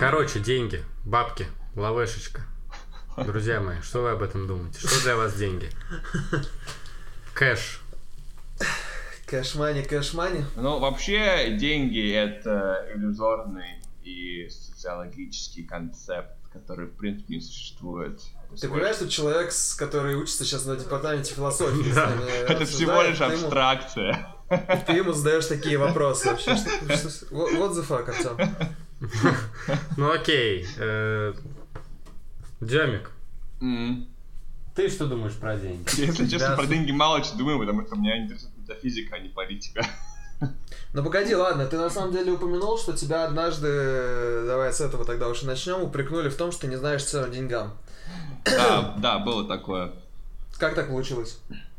Короче, деньги, бабки, лавешечка. Друзья мои, что вы об этом думаете? Что для вас деньги? Кэш. Кэш-мани. Ну, вообще, деньги — это иллюзорный и социологический концепт, который, в принципе, не существует. Ты понимаешь, что человек, который учится сейчас на департаменте философии, это всего лишь абстракция. Ты ему задаешь такие вопросы вообще. What the fuck, Артём? Ну окей. Джамик. Ты что думаешь про деньги? Если честно, про деньги мало что думаю, потому что меня интересует метафизика, а не политика. Ну погоди, ладно, ты на самом деле упомянул, что тебя однажды, давай с этого тогда уж и начнем, упрекнули в том, что ты не знаешь цену деньгам. Да, было такое. Как так получилось?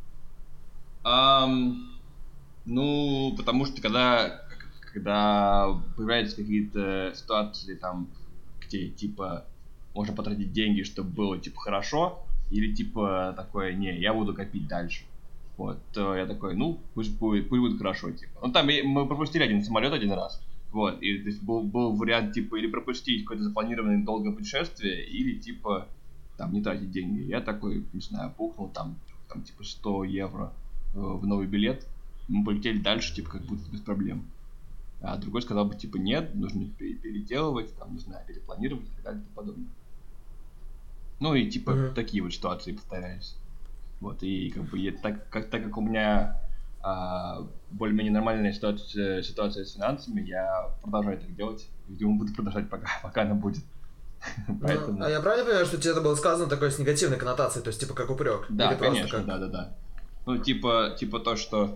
Ну, потому что когда появляются какие-то ситуации, там, где, типа, можно потратить деньги, чтобы было, типа, хорошо, или, типа, такое, не, я буду копить дальше. Вот, то я такой, ну, пусть будет хорошо, типа. Ну, там мы пропустили один самолет один раз, вот, и то есть был вариант, типа, или пропустить какое-то запланированное долгое путешествие, или, типа, там, не тратить деньги. Я такой, не знаю, бухнул там типа, 100 евро в новый билет, мы полетели дальше, типа, как будто без проблем. А другой сказал бы, типа, нет, нужно переделывать, там, не знаю, перепланировать и так далее и тому подобное. Ну, и, типа, такие вот ситуации повторялись. Вот, и как бы так как у меня более-менее нормальная ситуация с финансами, я продолжаю так делать. Видимо, буду продолжать, пока она будет. Поэтому... Ну, а я правильно понимаю, что тебе это было сказано такой с негативной коннотацией, то есть типа как упрек? Да, конечно, да. Ну, типа то, что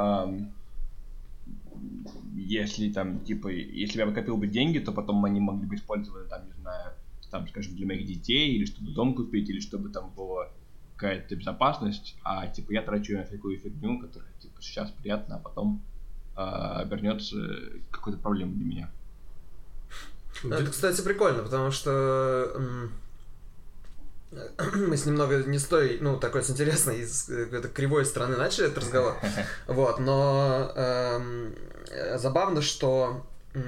если там, типа, если я бы копил бы деньги, то потом они могли бы использованы, там, не знаю, там, скажем, для моих детей, или чтобы дом купить, или чтобы там была какая-то безопасность, а типа я трачу на всякую фигню, которая типа сейчас приятна, а потом обернется какой-то проблемой для меня. Ну, это, кстати, прикольно, потому что мы с немного не с той, ну, такой с интересной, с какой-то кривой стороны начали этот разговор, вот, но забавно, что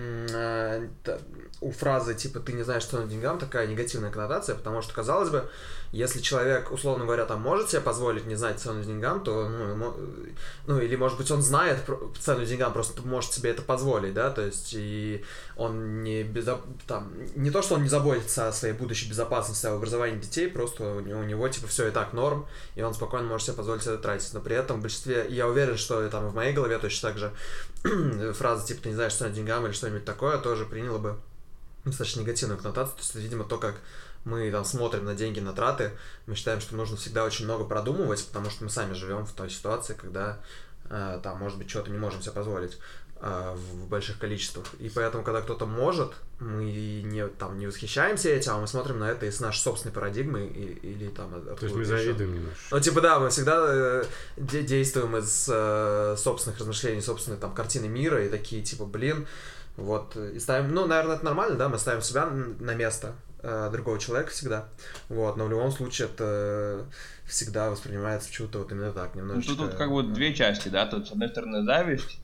у фразы типа «ты не знаешь цену деньгам» такая негативная коннотация, потому что, казалось бы, если человек, условно говоря, там может себе позволить не знать цену деньгам, то, ну или, может быть, он знает цену деньгам, просто может себе это позволить, да, то есть, и он не то, что он не заботится о своей будущей безопасности, о образовании детей, просто у него типа, все и так норм, и он спокойно может себе позволить это тратить, но при этом в большинстве, я уверен, что там в моей голове точно так же фраза типа «ты не знаешь цену деньгам» или что-нибудь такое тоже приняла бы достаточно негативную коннотацию, то есть, видимо, то, как мы там смотрим на деньги, на траты, мы считаем, что нужно всегда очень много продумывать, потому что мы сами живем в той ситуации, когда там, может быть, чего-то не можем себе позволить в больших количествах. И поэтому, когда кто-то может, мы не восхищаемся этим, а мы смотрим на это из нашей собственной парадигмы или там... То есть мы завидуем немножко. Ну, типа, да, мы всегда действуем из собственных размышлений, собственной там картины мира и такие, типа, блин, вот, и ставим, ну, наверное, это нормально, да, мы ставим себя на место другого человека всегда, вот, но в любом случае это всегда воспринимается почему-то вот именно так, немножечко. Ну, тут как бы две части, да, тут, с одной стороны, зависть,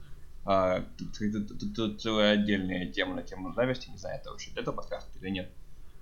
тут целая отдельная тема на тему зависти, не знаю, это вообще это подкаст или нет,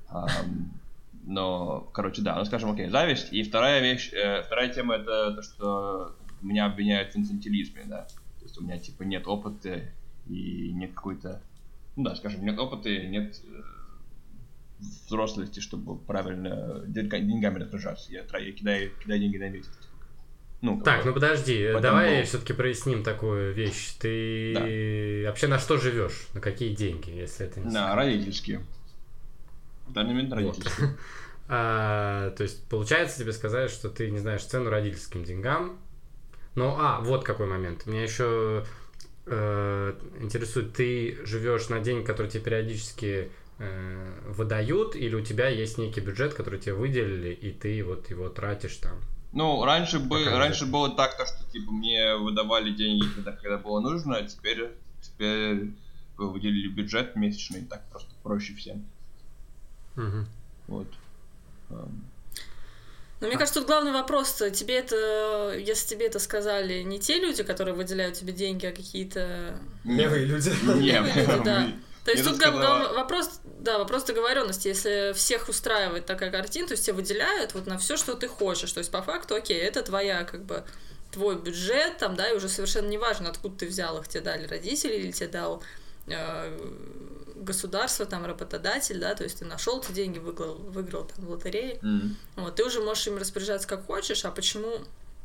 но, короче, да, ну, скажем, окей, зависть, и вторая тема это то, что меня обвиняют в инфантилизме, да, то есть у меня, типа, нет опыта, и нет какой-то, ну да, скажем, нет опыта, нет взрослости, чтобы правильно деньгами распоряжаться. Я кидаю деньги на ветер. Ну, так, ну подожди, давай все-таки проясним такую вещь. Ты вообще на что живешь? На какие деньги, если это не на родительские. В данный момент родительские. То есть, получается, тебе сказали, что ты не знаешь цену родительским деньгам. Ну, вот какой момент. Меня еще интересует, ты живешь на деньги, которые тебе периодически выдают, или у тебя есть некий бюджет, который тебе выделили, и ты вот его тратишь там? Ну, раньше было так, что типа мне выдавали деньги, когда было нужно, а теперь выделили бюджет месячный, так просто проще всем. Вот. Но мне кажется, тут главный вопрос, если тебе это сказали не те люди, которые выделяют тебе деньги, а какие-то... Левые люди. Левые люди, да. То есть тут вопрос договоренности. Если всех устраивает такая картина, то есть тебя выделяют вот на все, что ты хочешь. То есть по факту, окей, это твоя как бы твой бюджет, там, да, и уже совершенно неважно, откуда ты взял их, тебе дали родители или тебе дал государство, там, работодатель, да, то есть ты нашел эти деньги, выиграл там в лотерее, вот, ты уже можешь им распоряжаться как хочешь, а почему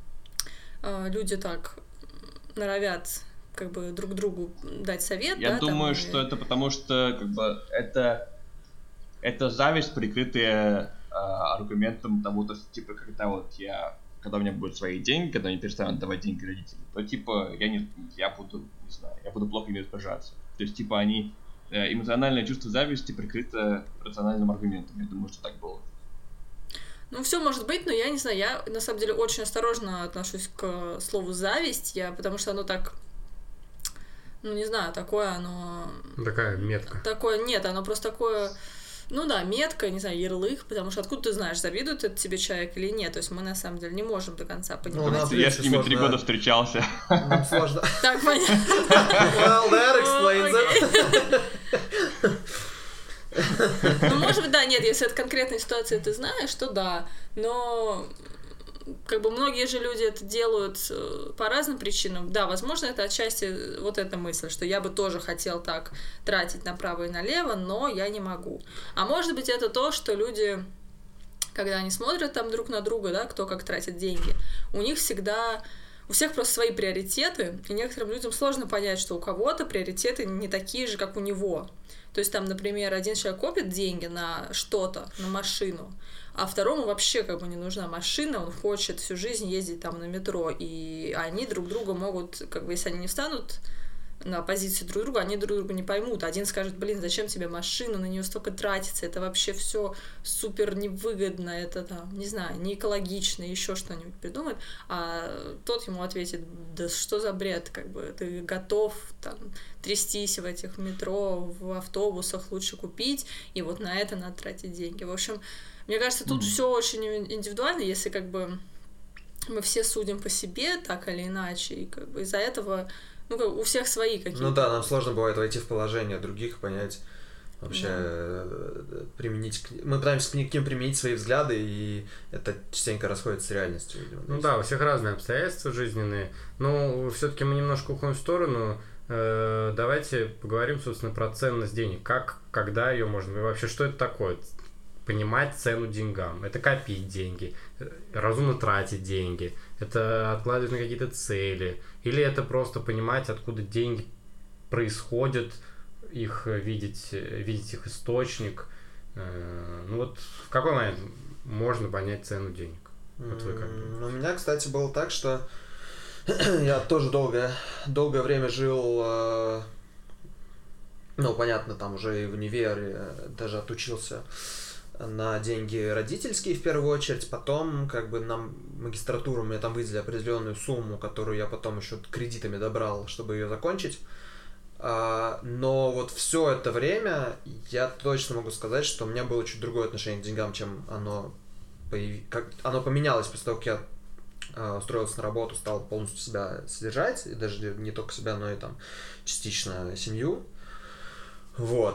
люди так норовят как бы друг другу дать совет, Я да, думаю, там, что это потому, что как бы это зависть, прикрытая аргументом того, что типа когда у меня будут свои деньги, когда они перестанут давать деньги родителям, то типа я буду плохо ими распоряжаться. То есть типа эмоциональное чувство зависти прикрыто рациональным аргументом. Я думаю, что так было. Ну, все может быть, но я не знаю, я на самом деле очень осторожно отношусь к слову зависть, потому что оно так, ну, не знаю, такое оно... Такая метка. Такое, нет, оно просто такое, ну да, метка, не знаю, ярлык, потому что откуда ты знаешь, завидует это тебе человек или нет, то есть мы на самом деле не можем до конца понимать. Я с ними 3 года встречался. Нам сложно. Так, понятно. Well, that explains it. Ну, может быть, да, нет, если это конкретная ситуация, ты знаешь, то да, но как бы многие же люди это делают по разным причинам. Да, возможно, это отчасти вот эта мысль, что я бы тоже хотел так тратить направо и налево, но я не могу. А может быть, это то, что люди, когда они смотрят там друг на друга, да, кто как тратит деньги, у всех просто свои приоритеты, и некоторым людям сложно понять, что у кого-то приоритеты не такие же, как у него. То есть там, например, один человек копит деньги на что-то, на машину, а второму вообще как бы не нужна машина, он хочет всю жизнь ездить там на метро, и они друг друга могут, как бы, если они не встанут на позицию друг друга, они друг друга не поймут. Один скажет, блин, зачем тебе машина, на нее столько тратится, это вообще все супер невыгодно, это там, не знаю, не экологично, еще что-нибудь придумает, а тот ему ответит, да что за бред, как бы ты готов там трястись в этих метро, в автобусах, лучше купить, и вот на это надо тратить деньги. В общем, мне кажется, тут все очень индивидуально, если как бы мы все судим по себе так или иначе, и как бы из-за этого у всех свои какие-то. Ну да, нам сложно бывает войти в положение других, понять, вообще применить... Мы пытаемся к ним применить свои взгляды, и это частенько расходится с реальностью. Видимо, ну да, у всех разные обстоятельства жизненные, но все-таки мы немножко уходим в сторону. Давайте поговорим, собственно, про ценность денег. Как, когда ее можно... И вообще, что это такое? Понимать цену деньгам. Это копить деньги, разумно тратить деньги, это откладывать на какие-то цели, или это просто понимать, откуда деньги происходят, их видеть их источник. Ну вот в какой момент можно понять цену денег? Вот вы как думаете? У меня, кстати, было так, что я тоже долгое время жил, ну, понятно, там уже и в универе, даже отучился на деньги родительские в первую очередь, потом как бы на магистратуру мне там выделили определенную сумму, которую я потом еще кредитами добрал, чтобы ее закончить. Но вот все это время я точно могу сказать, что у меня было чуть другое отношение к деньгам, чем оно поменялось после того, как я устроился на работу, стал полностью себя содержать, и даже не только себя, но и там частично семью. Вот.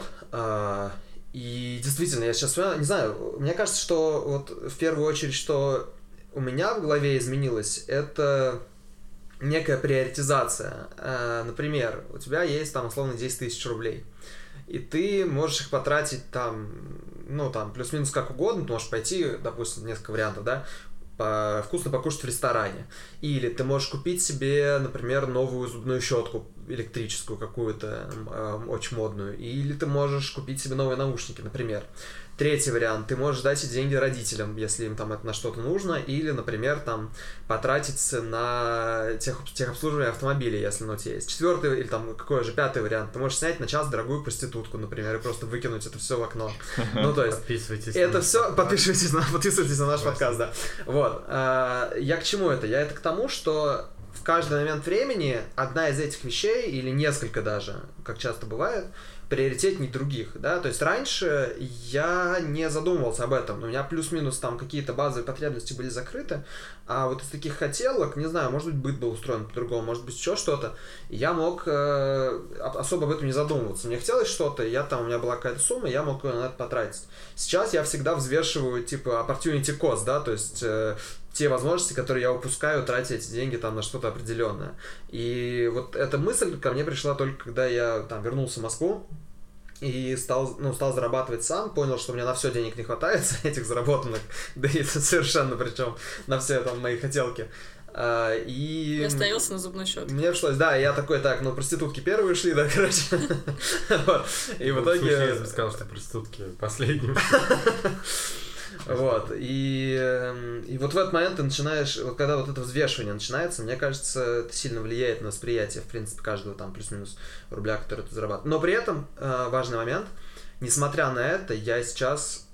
И действительно, я сейчас не знаю, мне кажется, что вот в первую очередь, что у меня в голове изменилось, это некая приоритизация. Например, у тебя есть там условно 10 тысяч рублей, и ты можешь их потратить там, ну там плюс-минус как угодно, ты можешь пойти, допустим, несколько вариантов, да, вкусно покушать в ресторане. Или ты можешь купить себе, например, новую зубную щетку электрическую какую-то, очень модную. Или ты можешь купить себе новые наушники, например. Третий вариант. Ты можешь дать эти деньги родителям, если им там это на что-то нужно. Или, например, там потратить на техобслуживание автомобиля, если оно у тебя есть. Четвертый, или там какой же пятый вариант. Ты можешь снять на час дорогую проститутку, например, и просто выкинуть это все в окно. Ну, то есть... Подписывайтесь. Это все... Подписывайтесь на наш подкаст, да. Вот. Я к чему это? Я это к тому, что в каждый момент времени одна из этих вещей, или несколько даже, как часто бывает, приоритетней других, да, то есть раньше я не задумывался об этом, у меня плюс-минус там какие-то базовые потребности были закрыты, а вот из таких хотелок, не знаю, может быть, быт был устроен по-другому, может быть, еще что-то, я мог особо об этом не задумываться. Мне хотелось что-то, у меня была какая-то сумма, я мог на это потратить. Сейчас я всегда взвешиваю, типа, opportunity cost, да, то есть те возможности, которые я упускаю, тратя эти деньги там на что-то определенное. И вот эта мысль ко мне пришла только когда я там вернулся в Москву и стал зарабатывать сам, понял, что у меня на все денег не хватает, этих заработанных, да и совершенно причем на все там мои хотелки. И остановился на зубной щетке. Мне пришлось, да, я такой, проститутки первые шли, да, короче. И в итоге... Я бы сказал, что проститутки последние. Вот, и вот в этот момент ты начинаешь, вот когда вот это взвешивание начинается, мне кажется, это сильно влияет на восприятие, в принципе, каждого там плюс-минус рубля, который ты зарабатываешь. Но при этом важный момент, несмотря на это, я сейчас...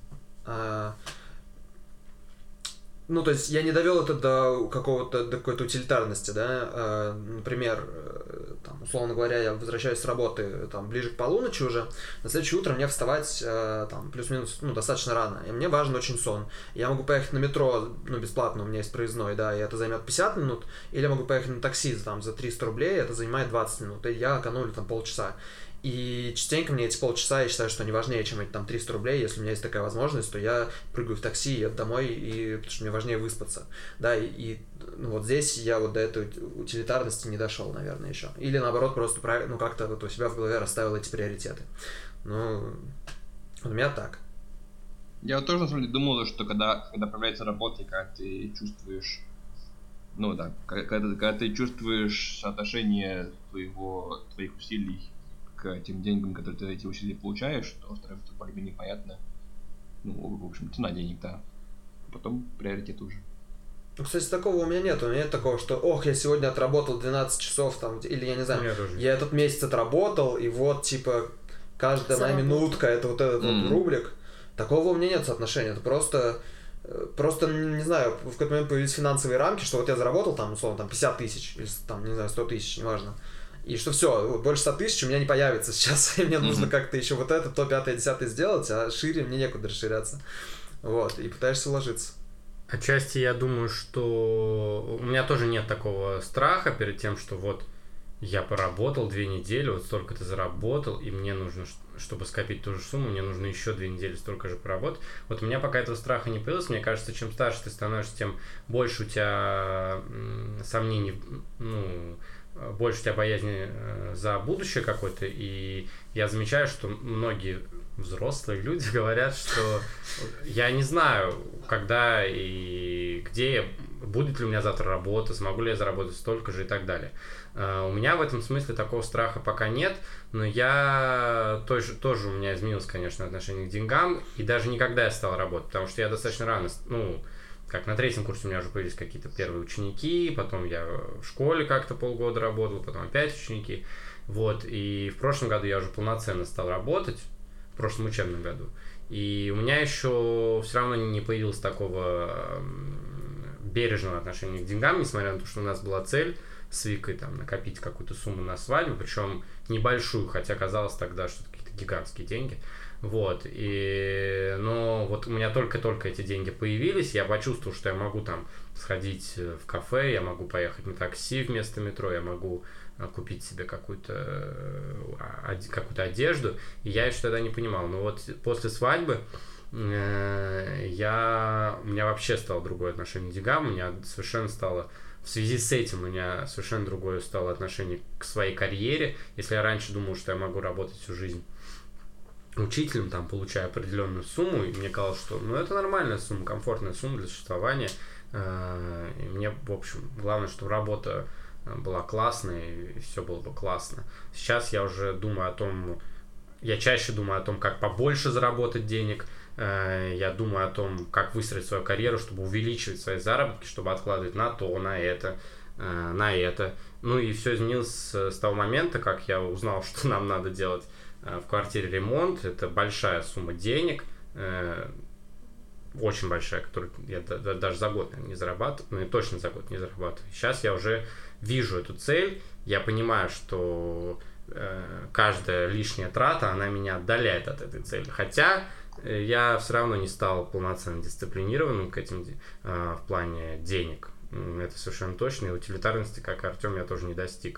то есть я не довел это до какой-то утилитарности, да, например, там, условно говоря, я возвращаюсь с работы там ближе к полуночи уже, на следующее утро мне вставать там плюс-минус, достаточно рано, и мне важен очень сон. Я могу поехать на метро, бесплатно, у меня есть проездной, да, и это займет 50 минут, или я могу поехать на такси там за 300 рублей, это занимает 20 минут, и я экономлю там полчаса. И частенько мне эти полчаса, я считаю, что они важнее, чем эти там 300 рублей. Если у меня есть такая возможность, то я прыгаю в такси, еду домой, потому что мне важнее выспаться. Да, и вот здесь я вот до этой утилитарности не дошел, наверное, еще. Или наоборот, просто как-то вот у себя в голове расставил эти приоритеты. У меня так. Я вот тоже, на самом деле, думал, что когда появляется работа, и когда ты чувствуешь, когда ты чувствуешь соотношение твоих усилий к тем деньгам, которые ты эти усилия получаешь, то сразу более-менее непонятно. В общем, цена денег, да. Потом приоритет уже. Кстати, такого у меня нет. У меня нет такого, что я сегодня отработал 12 часов, там, или я не знаю, я этот месяц отработал, и вот, типа, каждая моя минутка, это вот этот вот рублик. Такого у меня нет соотношения. Это просто, не знаю, в какой-то момент появились финансовые рамки, что вот я заработал там, условно, там 50 тысяч, или там, не знаю, 100 тысяч, неважно. И что все, больше 100 тысяч у меня не появится сейчас, и мне нужно как-то еще вот это, то, 5-е, 10-е сделать, а шире мне некуда расширяться. Вот, и пытаешься вложиться. Отчасти я думаю, что у меня тоже нет такого страха перед тем, что вот я поработал 2 недели, вот столько-то заработал, и мне нужно, чтобы скопить ту же сумму, мне нужно еще 2 недели столько же поработать. Вот у меня пока этого страха не появилось. Мне кажется, чем старше ты становишься, тем больше у тебя сомнений, больше у тебя боязни за будущее какое-то, и я замечаю, что многие взрослые люди говорят, что я не знаю, когда и где, будет ли у меня завтра работа, смогу ли я заработать столько же и так далее. У меня в этом смысле такого страха пока нет, но я тоже у меня изменилось, конечно, отношение к деньгам, и даже не когда я стал работать, потому что я достаточно рано, как на 3-м курсе у меня уже появились какие-то первые ученики, потом я в школе как-то полгода работал, потом опять ученики. Вот, и в прошлом году я уже полноценно стал работать, в прошлом учебном году. И у меня еще все равно не появилось такого бережного отношения к деньгам, несмотря на то, что у нас была цель с Викой там накопить какую-то сумму на свадьбу, причем небольшую, хотя казалось тогда, что это какие-то гигантские деньги. Вот, но вот у меня только-только эти деньги появились, я почувствовал, что я могу там сходить в кафе, я могу поехать на такси вместо метро, я могу купить себе какую-то одежду, и я еще тогда не понимал. Но вот после свадьбы у меня вообще стало другое отношение к деньгам, у меня совершенно стало... В связи с этим у меня совершенно другое стало отношение к своей карьере. Если я раньше думал, что я могу работать всю жизнь учителем, там, получая определенную сумму, и мне казалось, что это нормальная сумма, комфортная сумма для существования. И мне, в общем, главное, чтобы работа была классная, и все было бы классно. Сейчас я уже чаще думаю о том, как побольше заработать денег. Я думаю о том, как выстроить свою карьеру, чтобы увеличивать свои заработки, чтобы откладывать на то, на это. И все изменилось с того момента, как я узнал, что нам надо делать в квартире ремонт. Это большая сумма денег, очень большая, которую я даже за год, наверное, не зарабатываю, точно за год не зарабатываю. Сейчас я уже вижу эту цель, я понимаю, что каждая лишняя трата, она меня отдаляет от этой цели. Хотя я все равно не стал полноценно дисциплинированным к этим в плане денег. Это совершенно точно. И утилитарности, как Артем, я тоже не достиг.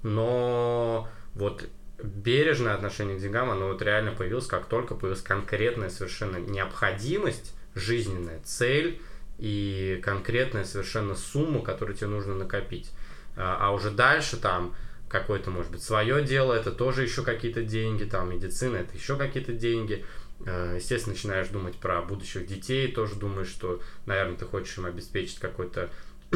Но вот бережное отношение к деньгам, оно вот реально появилось, как только появилась конкретная совершенно необходимость, жизненная цель и конкретная совершенно сумма, которую тебе нужно накопить. А уже дальше там какое-то, может быть, свое дело, это тоже еще какие-то деньги, там медицина, это еще какие-то деньги. Естественно, начинаешь думать про будущих детей, тоже думаешь, что, наверное, ты хочешь им обеспечить какое-то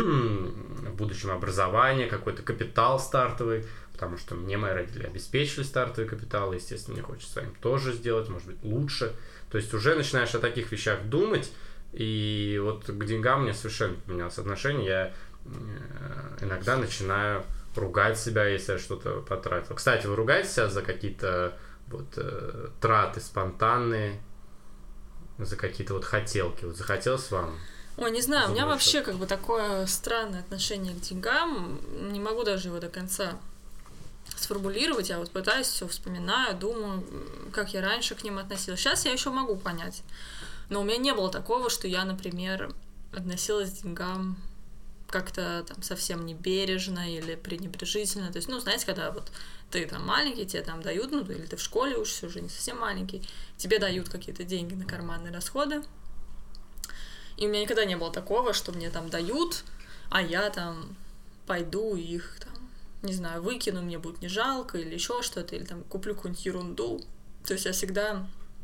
в будущем образование, какой-то капитал стартовый, потому что мне мои родители обеспечили стартовый капитал, и, естественно, мне хочется им тоже сделать, может быть, лучше. То есть уже начинаешь о таких вещах думать, и вот к деньгам у меня совершенно поменялось отношение. Я иногда начинаю ругать себя, если я что-то потратил. Кстати, вы ругаете себя за какие-то вот траты спонтанные, за какие-то вот хотелки? Вот захотелось вам? Ой, не знаю, у меня вообще как бы такое странное отношение к деньгам. Не могу даже его до конца сформулировать. Я вот пытаюсь, все вспоминаю, думаю, как я раньше к ним относилась. Сейчас я еще могу понять. Но у меня не было такого, что я, например, относилась к деньгам как-то там совсем небережно или пренебрежительно. То есть, ну, знаете, когда вот ты там маленький, тебе там дают, ну, или ты в школе учишься, уже не совсем маленький, тебе дают какие-то деньги на карманные расходы. И у меня никогда не было такого, что мне там дают, а я там пойду и их там, не знаю, выкину, мне будет не жалко или еще что-то, или там куплю какую-нибудь ерунду. То есть я всегда...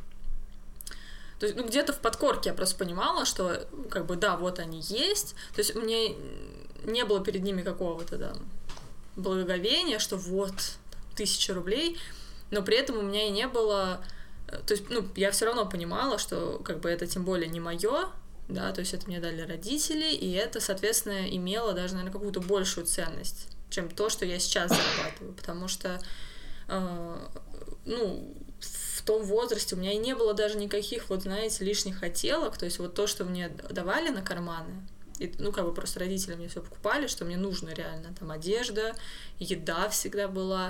То есть, ну, где-то в подкорке я просто понимала, что, как бы, да, вот они есть. То есть мне не было перед ними какого-то там благоговения, что вот, 1000 рублей, но при этом у меня и не было... То есть, ну, я все равно понимала, что, как бы, это тем более не мое, да, то есть это мне дали родители, и это, соответственно, имело даже, наверное, какую-то большую ценность, чем то, что я сейчас зарабатываю, потому что, ну, в том возрасте у меня и не было даже никаких, вот, знаете, лишних хотелок, то есть вот то, что мне давали на карманы, и, ну, как бы просто родители мне все покупали, что мне нужно реально, там, одежда, еда всегда была,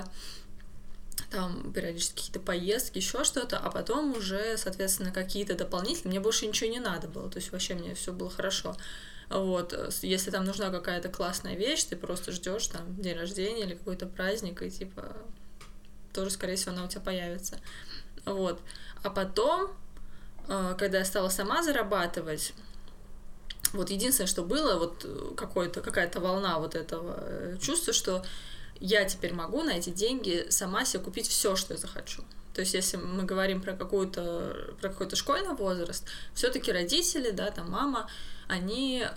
там, периодически какие-то поездки, еще что-то, а потом уже, соответственно, какие-то дополнительные, мне больше ничего не надо было, то есть вообще мне все было хорошо. Вот, если там нужна какая-то классная вещь, ты просто ждешь там день рождения или какой-то праздник, и типа тоже, скорее всего, она у тебя появится. Вот. А потом, когда я стала сама зарабатывать, вот единственное, что было, вот какая-то волна вот этого чувства, что я теперь могу на эти деньги сама себе купить все, что я захочу. То есть, если мы говорим про какой-то школьный возраст, все-таки родители, да, там мама, они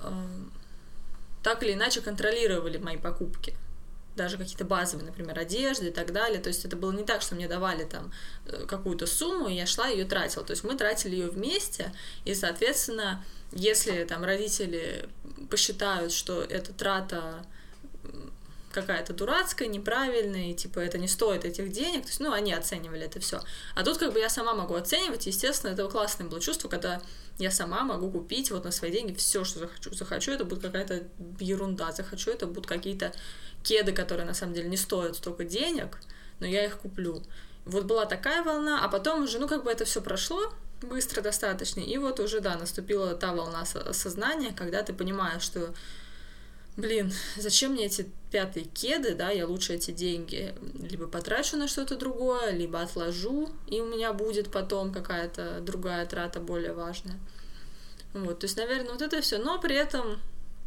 так или иначе контролировали мои покупки. Даже какие-то базовые, например, одежды и так далее. То есть это было не так, что мне давали там какую-то сумму, и я шла и ее тратила. То есть мы тратили ее вместе, и, соответственно, если там родители посчитают, что эта трата какая-то дурацкая, неправильная, и типа это не стоит этих денег, то есть, ну, они оценивали это все. А тут как бы я сама могу оценивать, естественно, это классное было чувство, когда я сама могу купить вот на свои деньги все, что захочу. Захочу, это будет какая-то ерунда, захочу, это будут какие-то кеды, которые на самом деле не стоят столько денег, но я их куплю. Вот была такая волна, а потом уже, ну, как бы это все прошло быстро достаточно, и вот уже, да, наступила та волна осознания, когда ты понимаешь, что блин, зачем мне эти 5-е кеды, да, я лучше эти деньги либо потрачу на что-то другое, либо отложу, и у меня будет потом какая-то другая трата более важная. Вот, то есть, наверное, вот это все, но при этом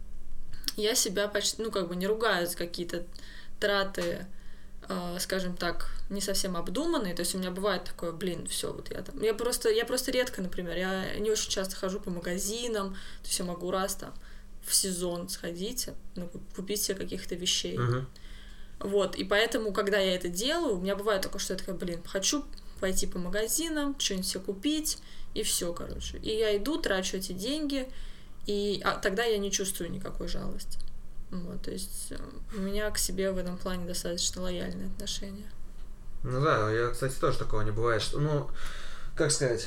я себя почти, ну, как бы не ругаю за какие-то траты, скажем так, не совсем обдуманные, то есть у меня бывает такое, блин, все, вот я просто редко, например, я не очень часто хожу по магазинам, то есть я могу раз там в сезон сходить, ну, купить себе каких-то вещей. Вот, и поэтому, когда я это делаю, у меня бывает такое, что я такая, блин, хочу пойти по магазинам, что-нибудь себе купить, и все, короче. И я иду, трачу эти деньги, и тогда я не чувствую никакой жалости. Вот, то есть у меня к себе в этом плане достаточно лояльные отношения. Ну да, я, кстати, тоже такого не бывает, что, ну, как сказать...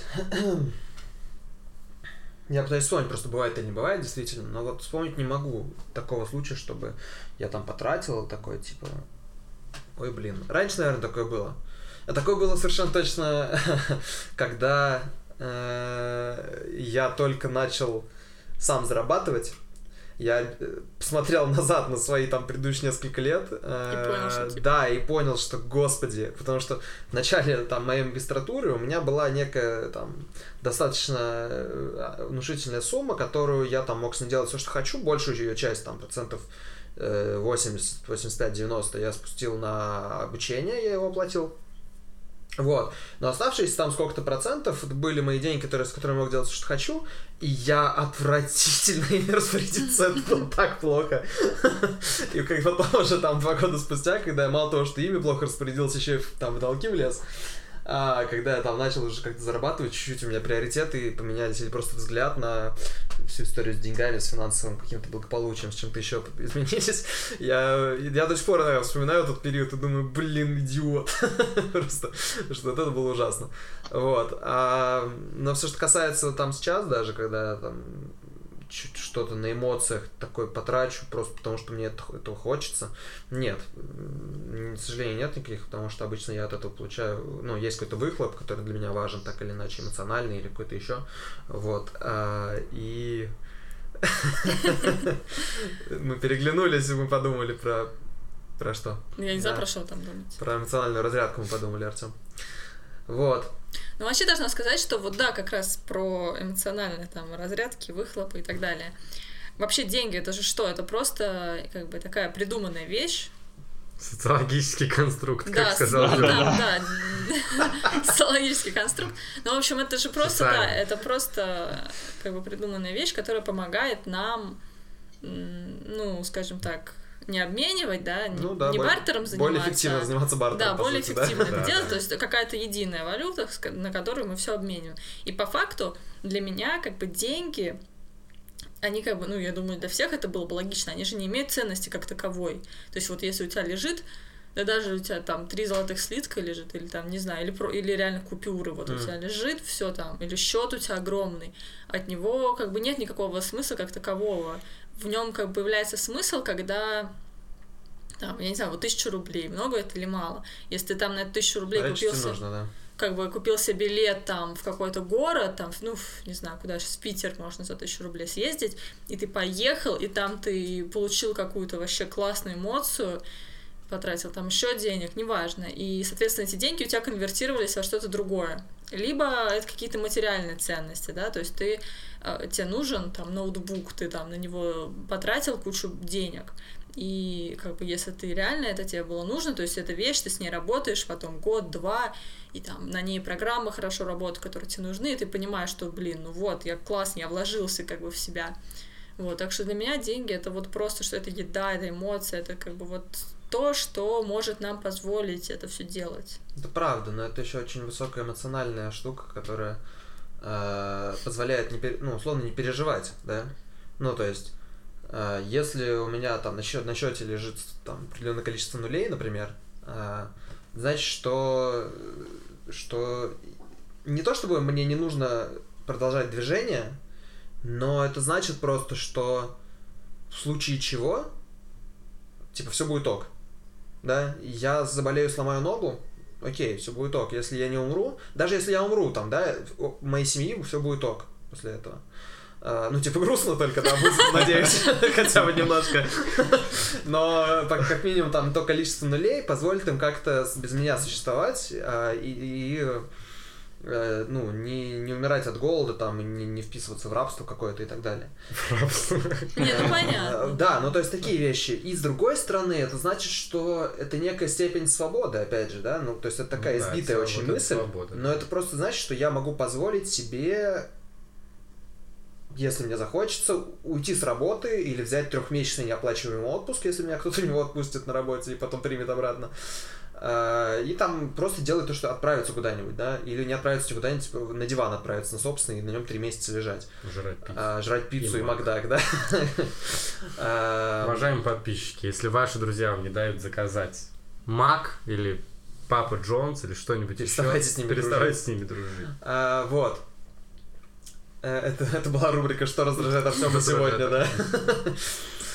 Я пытаюсь вспомнить, просто бывает и не бывает, действительно, но вот вспомнить не могу такого случая, чтобы я там потратил такой, типа, Ой, блин. Раньше, наверное, такое было. А такое было совершенно точно, когда я только начал сам зарабатывать. Я посмотрел назад на свои там предыдущие несколько лет. И понял, что типа... Да, и понял, что, господи, потому что в начале там моей магистратуры у меня была некая там достаточно внушительная сумма, которую я там мог с ней делать все, что хочу. Большую ее часть, там, процентов 80, 85, 90 я спустил на обучение, я его оплатил. Вот. Но оставшиеся там сколько-то процентов были мои деньги, с которыми я мог делать, что хочу, и я отвратительно ими распорядиться, это было так плохо. И как потом уже там 2 года спустя, когда я мало того, что ими плохо распорядился, еще и там в долги влез, а когда я там начал уже как-то зарабатывать, чуть-чуть у меня приоритеты поменялись, или просто взгляд на всю историю с деньгами, с финансовым каким-то благополучием, с чем-то еще изменились. Я до сих пор, наверное, вспоминаю этот период и думаю, блин, идиот. Просто, что это было ужасно. Вот. Но все, что касается там сейчас, даже когда я там что-то на эмоциях такое потрачу, просто потому что мне этого хочется. Нет. К сожалению, нет никаких, потому что обычно я от этого получаю, ну, есть какой-то выхлоп, который для меня важен, так или иначе, эмоциональный или какой-то еще. Вот. И мы переглянулись, и мы подумали про что? Я не знаю, про что там думать. Про эмоциональную разрядку мы подумали, Артем. Вот. Ну, вообще должна сказать, что вот да, как раз про эмоциональные там разрядки, выхлопы и так далее. Вообще деньги, это же что? Это просто как бы такая придуманная вещь. Социологический конструкт, да, как сказал Юля. Да, социологический конструкт. Ну, в общем, это же просто, да, это просто как бы придуманная вещь, которая помогает нам, ну, скажем так, не обменивать, да, ну, да, не бартером заниматься. Более эффективно заниматься бартером. Да, более сути, эффективно да? это делать, то есть какая-то единая валюта, на которую мы все обмениваем. И по факту для меня как бы деньги, они как бы, ну, я думаю, для всех это было бы логично, они же не имеют ценности как таковой. То есть вот если у тебя лежит, да даже у тебя там 3 золотых слитка лежит, или там, не знаю, или реально купюры, вот у тебя лежит все там, или счет у тебя огромный, от него как бы нет никакого смысла как такового. В нем как бы появляется смысл, когда там, я не знаю, вот 1000 рублей, много это или мало? Если ты там на 1000 рублей купился, нужно, да. как бы купил себе билет там в какой-то город, там, ну, не знаю, куда же, в Питер можно за 1000 рублей съездить, и ты поехал, и там ты получил какую-то вообще классную эмоцию, потратил там еще денег, неважно, и, соответственно, эти деньги у тебя конвертировались во что-то другое. Либо это какие-то материальные ценности, да, то есть тебе нужен там ноутбук, ты там на него потратил кучу денег, и как бы если ты реально это тебе было нужно, то есть это вещь, ты с ней работаешь потом год-два, и там на ней программы хорошо работают, которые тебе нужны, и ты понимаешь, что, блин, ну вот, я классно, я вложился как бы в себя. Вот, так что для меня деньги это вот просто, что это еда, это эмоция, это как бы вот то, что может нам позволить это все делать. Это правда, но это еще очень высокая эмоциональная штука, которая позволяет, условно, не переживать, да? Ну, то есть, если у меня там на счете лежит там определенное количество нулей, например, значит, что не то чтобы мне не нужно продолжать движение, но это значит просто, что в случае чего, типа, все будет ок. Да, я заболею, сломаю ногу, окей, все будет ок. Если я не умру, даже если я умру, там, да, у моей семьи все будет ок после этого. Ну, типа, грустно только, да, будет, надеюсь, хотя бы немножко. Но, как минимум, там, то количество нулей позволит им как-то без меня существовать ну, не умирать от голода, там, и не вписываться в рабство какое-то и так далее. Рабство? Нет, ну понятно. Да, ну то есть такие вещи. И с другой стороны, это значит, что это некая степень свободы, опять же, да, ну то есть это такая избитая очень мысль, но это просто значит, что я могу позволить себе, если мне захочется, уйти с работы или взять 3-месячный неоплачиваемый отпуск, если меня кто-то него отпустит на работе и потом примет обратно. И там просто делать то, что отправиться куда-нибудь, да, или не отправиться куда-нибудь, типа, на диван отправиться на собственный и на нем 3 месяца лежать. Жрать пиццу и Макдак, да. Уважаемые подписчики, если ваши друзья вам не дают заказать Мак или Папа Джонс или что-нибудь еще, переставайте с ними дружить. Вот. Это была рубрика «Что раздражает Артема сегодня», да?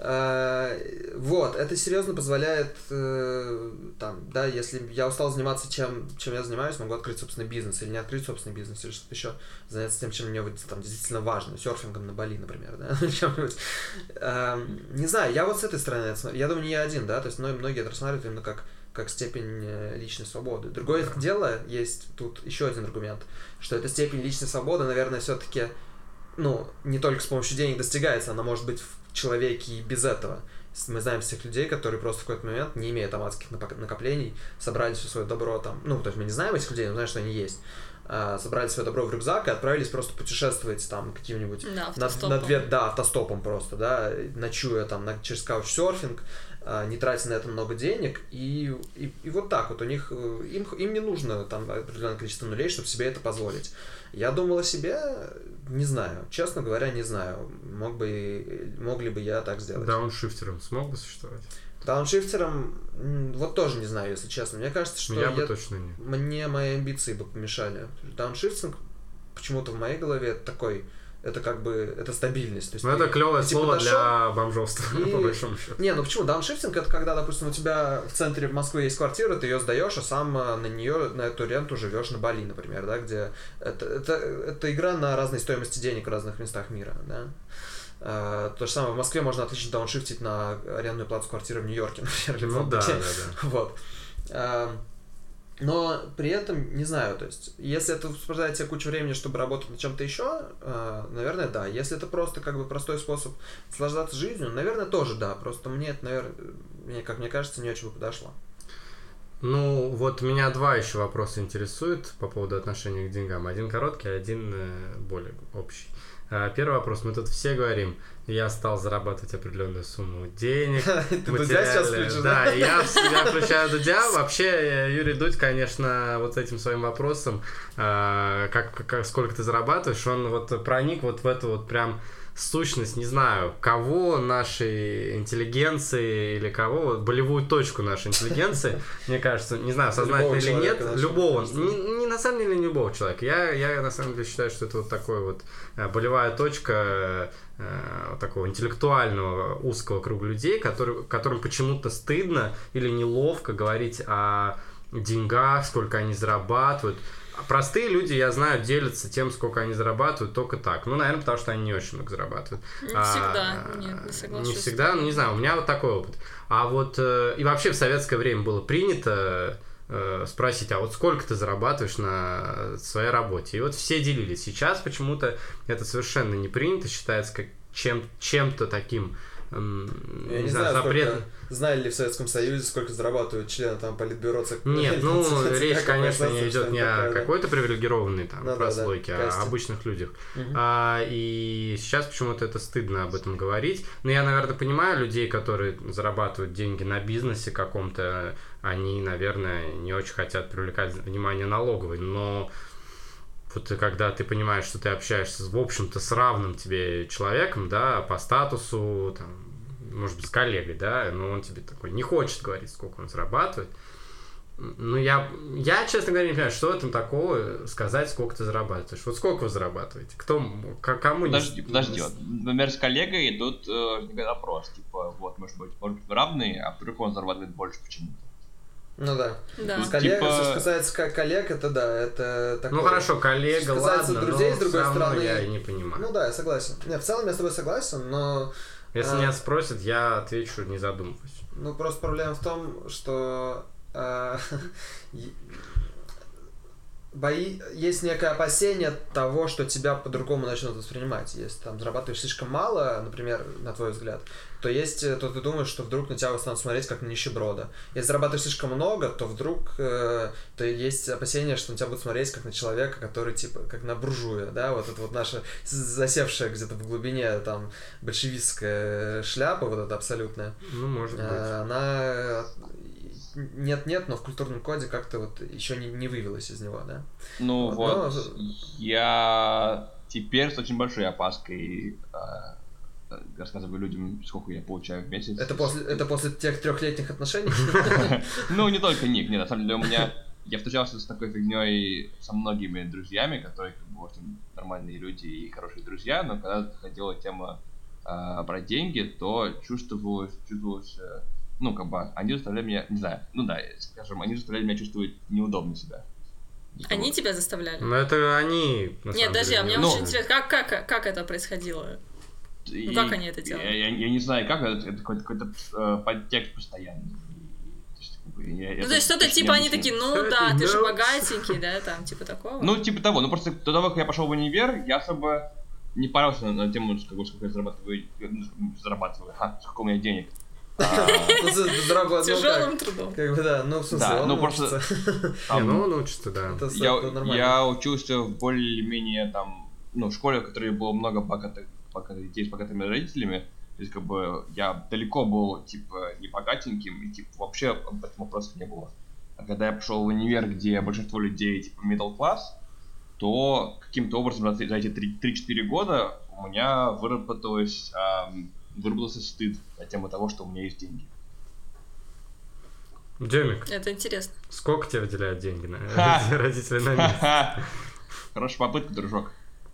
Вот, это серьезно позволяет, там, да, если я устал заниматься чем я занимаюсь, могу открыть собственный бизнес, или не открыть собственный бизнес, или что-то еще, заняться тем, чем мне вот, там, действительно важно, серфингом на Бали, например, да, чем-нибудь. Не знаю, я вот с этой стороны это смотрю, я думаю, не я один, да, то есть многие это рассматривают именно как степень личной свободы. Другое дело, есть тут еще один аргумент, что эта степень личной свободы, наверное, все-таки, ну, не только с помощью денег достигается, она может быть в человеке и без этого. Мы знаем всех людей, которые просто в какой-то момент, не имея там адских накоплений, собрали все свое добро там, ну, то есть мы не знаем этих людей, но знаем, что они есть, собрали свое добро в рюкзак и отправились просто путешествовать там каким-нибудь автостопом просто, да, ночуя там через каучсерфинг, не тратя на это много денег, и вот так вот у них, им не нужно там определенное количество нулей, чтобы себе это позволить. Я думал о себе, не знаю, честно говоря, не знаю, мог ли бы я так сделать. Дауншифтером смог бы существовать? Дауншифтером, вот тоже не знаю, если честно. Мне кажется, что я бы точно нет. Мне мои амбиции бы помешали. Дауншифтинг почему-то в моей голове такой, это как бы, это стабильность. То есть это клевое слово для бомжовства, по большому счету. Не, ну почему? Дауншифтинг — это когда, допустим, у тебя в центре Москвы есть квартира, ты ее сдаешь, а сам на эту ренту живешь на Бали, например, да, где это игра на разной стоимости денег в разных местах мира, да. То же самое в Москве можно отлично дауншифтить на арендную плату квартиры в Нью-Йорке, например. Ну да. Вот. Но при этом, не знаю, то есть, если это высвобождает тебе кучу времени, чтобы работать над чем-то еще, наверное, да. Если это просто как бы простой способ наслаждаться жизнью, наверное, тоже да. Просто мне это, наверное, как мне кажется, не очень бы подошло. Ну, вот меня два еще вопроса интересуют по поводу отношения к деньгам. Один короткий, один более общий. Первый вопрос. Мы тут все говорим, я стал зарабатывать определенную сумму денег. Ты Дудя сейчас включишь, да? Да, я включаю Дудя. Вообще, Юрий Дудь, конечно, вот этим своим вопросом, сколько ты зарабатываешь, он вот проник вот в эту вот прям сущность, не знаю, кого нашей интеллигенции или кого, болевую точку нашей интеллигенции, мне кажется, не знаю, сознательно или нет, любого, не на самом деле не любого человека. Я на самом деле считаю, что это вот такой вот болевая точка такого интеллектуального узкого круга людей, которым почему-то стыдно или неловко говорить о деньгах, сколько они зарабатывают. Простые люди, я знаю, делятся тем, сколько они зарабатывают, только так. Ну, наверное, потому что они не очень много зарабатывают. Не всегда, нет, не соглашусь. Не всегда, ну, не знаю, у меня вот такой опыт. А вот, и вообще в советское время было принято спросить, а вот сколько ты зарабатываешь на своей работе? И вот все делились. Сейчас почему-то это совершенно не принято, считается как чем-то таким... Я не знаю, знали ли в Советском Союзе, сколько зарабатывают члены там политбюро ЦК? Нет, ну, речь, конечно, не идет не о какой-то привилегированной там прослойке, а о обычных людях. И сейчас почему-то это стыдно об этом говорить. Но я, наверное, понимаю людей, которые зарабатывают деньги на бизнесе каком-то, они, наверное, не очень хотят привлекать внимание налоговой, но... Вот когда ты понимаешь, что ты общаешься, в общем-то, с равным тебе человеком, да, по статусу, там, может быть, с коллегой, да, но он тебе такой не хочет говорить, сколько он зарабатывает. Ну, я, честно говоря, не понимаю, что там такого сказать, сколько ты зарабатываешь. Вот сколько вы зарабатываете? Кому не... Подожди, вот, например, с коллегой идут вопрос, типа, вот, может быть, вы равные, а вдруг он зарабатывает больше почему-то. Ну да. Да. Что касается коллег, это да, это такое. Ну хорошо, коллега, ладно, друзей, но с другой стороны, я не понимаю. Ну да, я согласен. Нет, в целом я с тобой согласен, но... Если меня спросят, я отвечу, не задумываясь. Ну просто проблема в том, что есть некое опасение того, что тебя по-другому начнут воспринимать. Если там зарабатываешь слишком мало, например, на твой взгляд, то ты думаешь, что вдруг на тебя станут смотреть как на нищеброда. Если зарабатываешь слишком много, то вдруг то есть опасение, что на тебя будут смотреть как на человека, который типа как на буржуя, да, вот это вот наша засевшая где-то в глубине там большевистская шляпа, вот эта абсолютная. Ну, может быть. Она нет, но в культурном коде как-то вот еще не вывелось из него, да? Ну вот, я теперь с очень большой опаской рассказываю людям, сколько я получаю в месяц. Это после тех 3-летних отношений? Ну, не только Ник, нет, на самом деле я встречался с такой фигней со многими друзьями, которые, как бы, очень нормальные люди и хорошие друзья, но когда заходила тема брать деньги, то чувствовалось, ну, как бы, они заставляли меня, не знаю, ну да, скажем, они заставляли меня чувствовать неудобно себя. Они тебя заставляли? Ну, это они, на Нет, самом подожди, деле, а мне не очень очень. интересно, как это происходило? Ну, как они это делали? Я не знаю, как, это какой-то подтекст постоянный. Ну, то есть что-то типа они такие, ну да, ты же богатенький, да, там, типа такого? Ну, типа того, ну просто до того, как я пошел в универ, я особо не парился на тему, сколько я зарабатываю, сколько у меня денег. Тяжелым трудом. Как бы, да, ну, в смысле, да, он ну просто... он учится, да. Я учился в более-менее там, ну, в школе, в которой было много богатых детей с богатыми родителями. То есть, как бы, я далеко был, типа, не богатеньким, и, типа, вообще об этом вопросов не было. А когда я пошел в универ, где большинство людей, типа, middle class, то каким-то образом за эти 3-4 года у меня выработался стыд на тему того, что у меня есть деньги. Демик, Это интересно. сколько тебе выделяют деньги на родители на месяц? Хорошая попытка, дружок.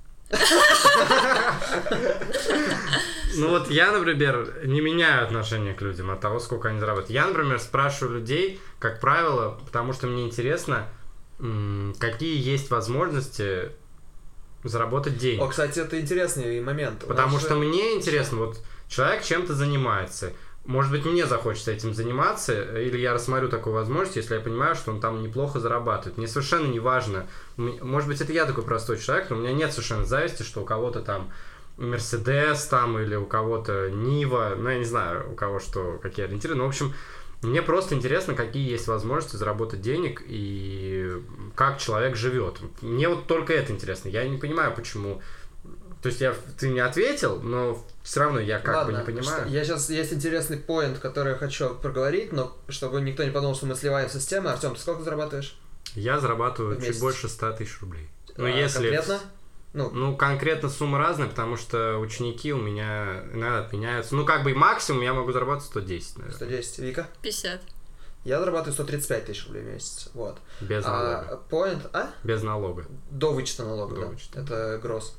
Ну вот я, например, не меняю отношение к людям от того, сколько они зарабатывают. Я, например, спрашиваю людей, как правило, потому что мне интересно, какие есть возможности заработать денег. О, кстати, это интересный момент. Потому что мне интересно, вот человек чем-то занимается. Может быть, мне захочется этим заниматься, или я рассмотрю такую возможность, если я понимаю, что он там неплохо зарабатывает. Мне совершенно не важно. Может быть, это я такой простой человек, но у меня нет совершенно зависти, что у кого-то там Мерседес там, или у кого-то Нива, ну, я не знаю, у кого что, какие ориентиры. Ну, в общем, мне просто интересно, какие есть возможности заработать денег и как человек живет. Мне вот только это интересно. Я не понимаю, почему... То есть ты не ответил, но все равно я как бы не понимаю. Я сейчас есть интересный поинт, который я хочу проговорить, но чтобы никто не подумал, что мы сливаемся с темой. Артем, ты сколько зарабатываешь? Я зарабатываю чуть больше 100 тысяч рублей. Ну, если... Конкретно? Ну, конкретно сумма разная, потому что ученики у меня иногда отменяются. Ну, как бы максимум я могу зарабатывать 110, наверное. 110. Вика? 50. Я зарабатываю 135 тысяч рублей в месяц. Вот. Без налога. Поинт, Без налога. До вычета налога, да. Это гросс.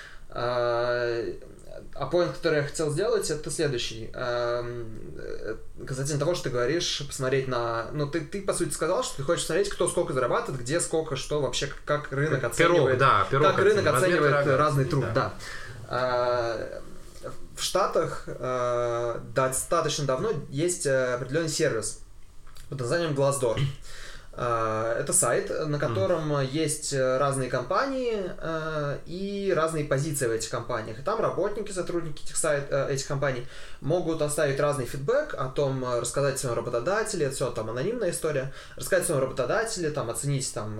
А поинт, который я хотел сделать, это следующий. Касательно того, что ты говоришь, посмотреть на... Ну, ты по сути сказал, что ты хочешь смотреть, кто сколько зарабатывает, где сколько, что вообще, как рынок оценивает. Как рынок оценивает разный труд, да. В Штатах достаточно давно есть определенный сервис под названием Glassdoor. Это сайт, на котором есть разные компании и разные позиции в этих компаниях. И там работники, сотрудники этих компаний могут оставить разный фидбэк о том, рассказать своему работодателю, это все там анонимная история, рассказать своему работодателю, там, оценить там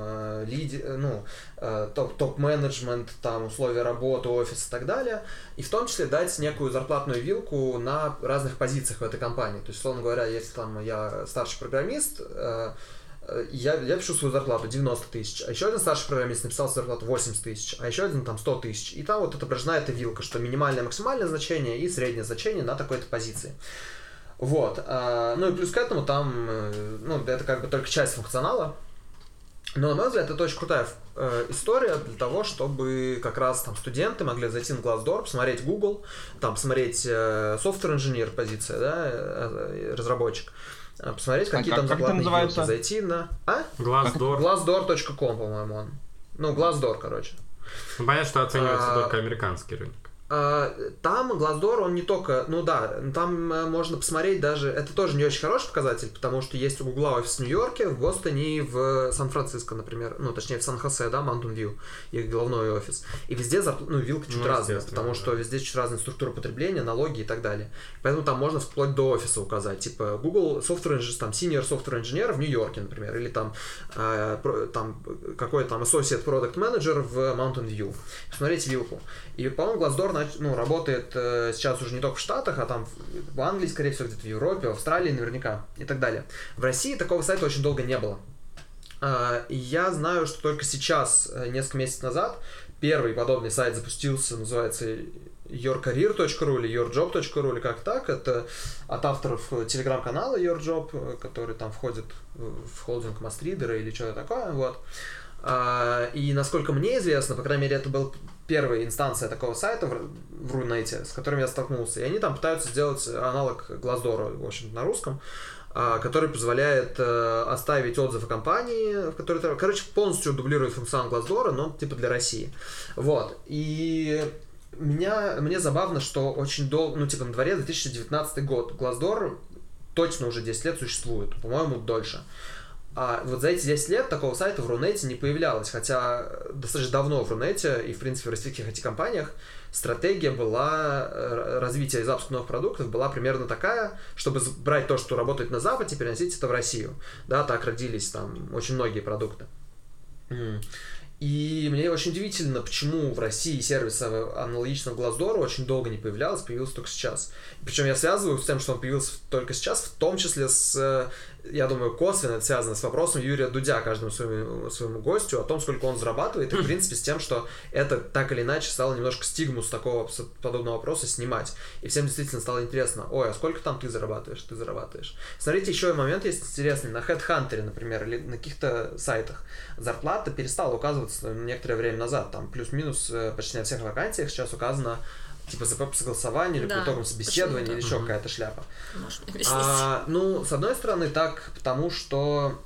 топ-менеджмент, там, условия работы, офис и так далее. И в том числе дать некую зарплатную вилку на разных позициях в этой компании. То есть, условно говоря, если там я старший программист, я пишу свою зарплату 90 тысяч, а еще один старший программист написал зарплату 80 тысяч, а еще один там 100 тысяч. И там вот отображена эта вилка, что минимальное, максимальное значение и среднее значение на такой-то позиции. Вот. Ну и плюс к этому там, это как бы только часть функционала. Но, на мой взгляд, это очень крутая история для того, чтобы как раз там студенты могли зайти на Glassdoor, посмотреть Google, там посмотреть software engineer позиция, да, разработчик. Посмотреть, какие там зарплатные вилки, зайти на... Glassdoor. Glassdoor.com, по-моему, он. Ну, Glassdoor, короче. Ну, понятно, что оценивается только американский рынок. Там Glassdoor, он не только... Ну да, там можно посмотреть даже... Это тоже не очень хороший показатель, потому что есть у Гугла офис в Нью-Йорке, в Бостоне и в Сан-Франциско, например. Ну, точнее, в Сан-Хосе, да, Mountain View, их головной офис. И везде вилка чуть разная, потому что везде чуть разная структура потребления, налоги и так далее. Поэтому там можно вплоть до офиса указать. Типа, Google Software Engineer, там, Senior Software Engineer в Нью-Йорке, например, или там какой-то там Associate Product Manager в Mountain View. Посмотрите вилку. И, по-моему, Glassdoor работает сейчас уже не только в Штатах, а там в Англии, скорее всего, где-то в Европе, в Австралии наверняка и так далее. В России такого сайта очень долго не было. И я знаю, что только сейчас, несколько месяцев назад, первый подобный сайт запустился, называется yourcareer.ru или yourjob.ru или как так. Это от авторов телеграм-канала YourJob, который там входит в холдинг Мастридера или что-то такое. Вот. И насколько мне известно, по крайней мере, это был первая инстанция такого сайта в Рунете, с которым я столкнулся. И они там пытаются сделать аналог Glassdoor, в общем, на русском, который позволяет оставить отзыв о компании, в которой, короче, полностью дублирует функционал Glassdoor, но типа для России. Вот. И мне забавно, что очень долго, ну, типа, на дворе 2019 год. Glassdoor точно уже 10 лет существует, по-моему, дольше. А вот за эти 10 лет такого сайта в Рунете не появлялось, хотя достаточно давно в Рунете и, в принципе, в российских IT-компаниях стратегия была, развития и запуска новых продуктов была примерно такая, чтобы брать то, что работает на Западе, и переносить это в Россию. Да, так родились там очень многие продукты. И мне очень удивительно, почему в России сервиса аналогичного Glassdoor очень долго не появился только сейчас. Причем я связываю с тем, что он появился только сейчас, в том числе с, я думаю, косвенно это связано с вопросом Юрия Дудя каждому своему гостю о том, сколько он зарабатывает, и, в принципе, с тем, что это так или иначе стало немножко стигму с подобного вопроса снимать. И всем действительно стало интересно, ой, а сколько там ты зарабатываешь? Смотрите, еще момент есть интересный. На HeadHunter, например, или на каких-то сайтах зарплата перестала указываться некоторое время назад. Там плюс-минус почти на всех вакансиях сейчас указано типа ЗП по согласованию или по итогам собеседования или еще какая-то шляпа. Ну, с одной стороны, так, потому что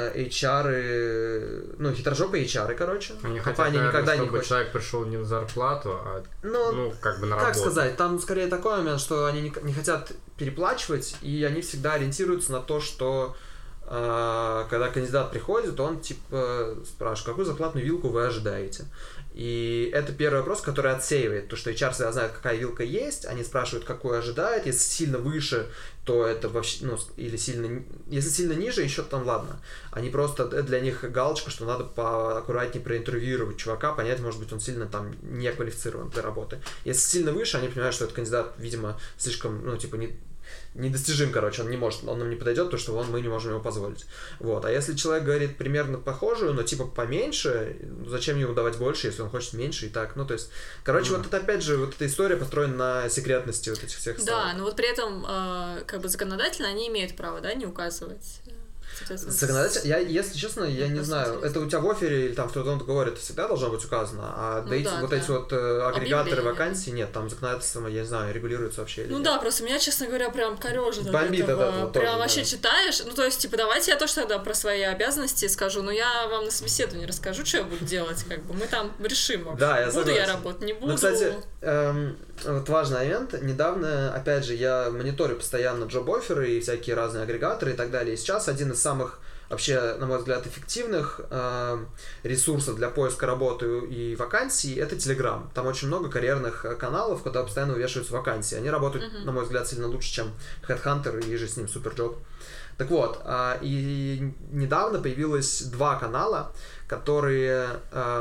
HR, ну, хитрожопые HR, короче. Они хотят, наверное, чтобы человек пришел не на зарплату, а ну, как бы на работу. Как сказать, там скорее такой момент, что они не хотят переплачивать, и они всегда ориентируются на то, что когда кандидат приходит, он типа спрашивает, какую зарплатную вилку вы ожидаете. И это первый вопрос, который отсеивает, то, что HR всегда знает, какая вилка есть, они спрашивают, какую ожидают, если сильно выше, то это вообще, ну, или сильно, если сильно ниже, еще там ладно. Они просто, это для них галочка, что надо поаккуратнее проинтервьюировать чувака, понять, может быть, он сильно там не квалифицирован для работы. Если сильно выше, они понимают, что этот кандидат, видимо, слишком, ну, типа, недостижим, короче, он не может, он нам не подойдет, потому что мы не можем ему позволить. Вот. А если человек говорит примерно похожую, но типа поменьше, зачем ему давать больше, если он хочет меньше и так, ну, то есть, короче, вот это опять же, вот эта история построена на секретности вот этих всех ставок. Да, но вот при этом, как бы законодательно они имеют право, да, не указывать. Законодатель, если честно, я не знаю, это у тебя в оффере или там в трудовом договоре это всегда должно быть указано, а эти вот агрегаторы вакансий, нет, там законодательством, я не знаю, регулируется вообще или нет. Да, просто меня, честно говоря, прям корёжит от бомбит этого. от этого прям тоже, вообще да. читаешь, ну то есть, типа, давайте я тоже тогда про свои обязанности скажу, но я вам на собеседовании расскажу, что я буду делать, как бы, мы там решим вообще, да, я буду согласен. я работать, не буду. Ну, кстати, вот важный момент, недавно, опять же, я мониторю постоянно джоб-офферы и всякие разные агрегаторы и так далее, и сейчас один из самых вообще, на мой взгляд, эффективных ресурсов для поиска работы и вакансий — это Telegram. Там очень много карьерных каналов, куда постоянно вывешиваются вакансии. Они работают, на мой взгляд, сильно лучше, чем HeadHunter и же с ним Superjob. Так вот, и недавно появилось 2 канала, которые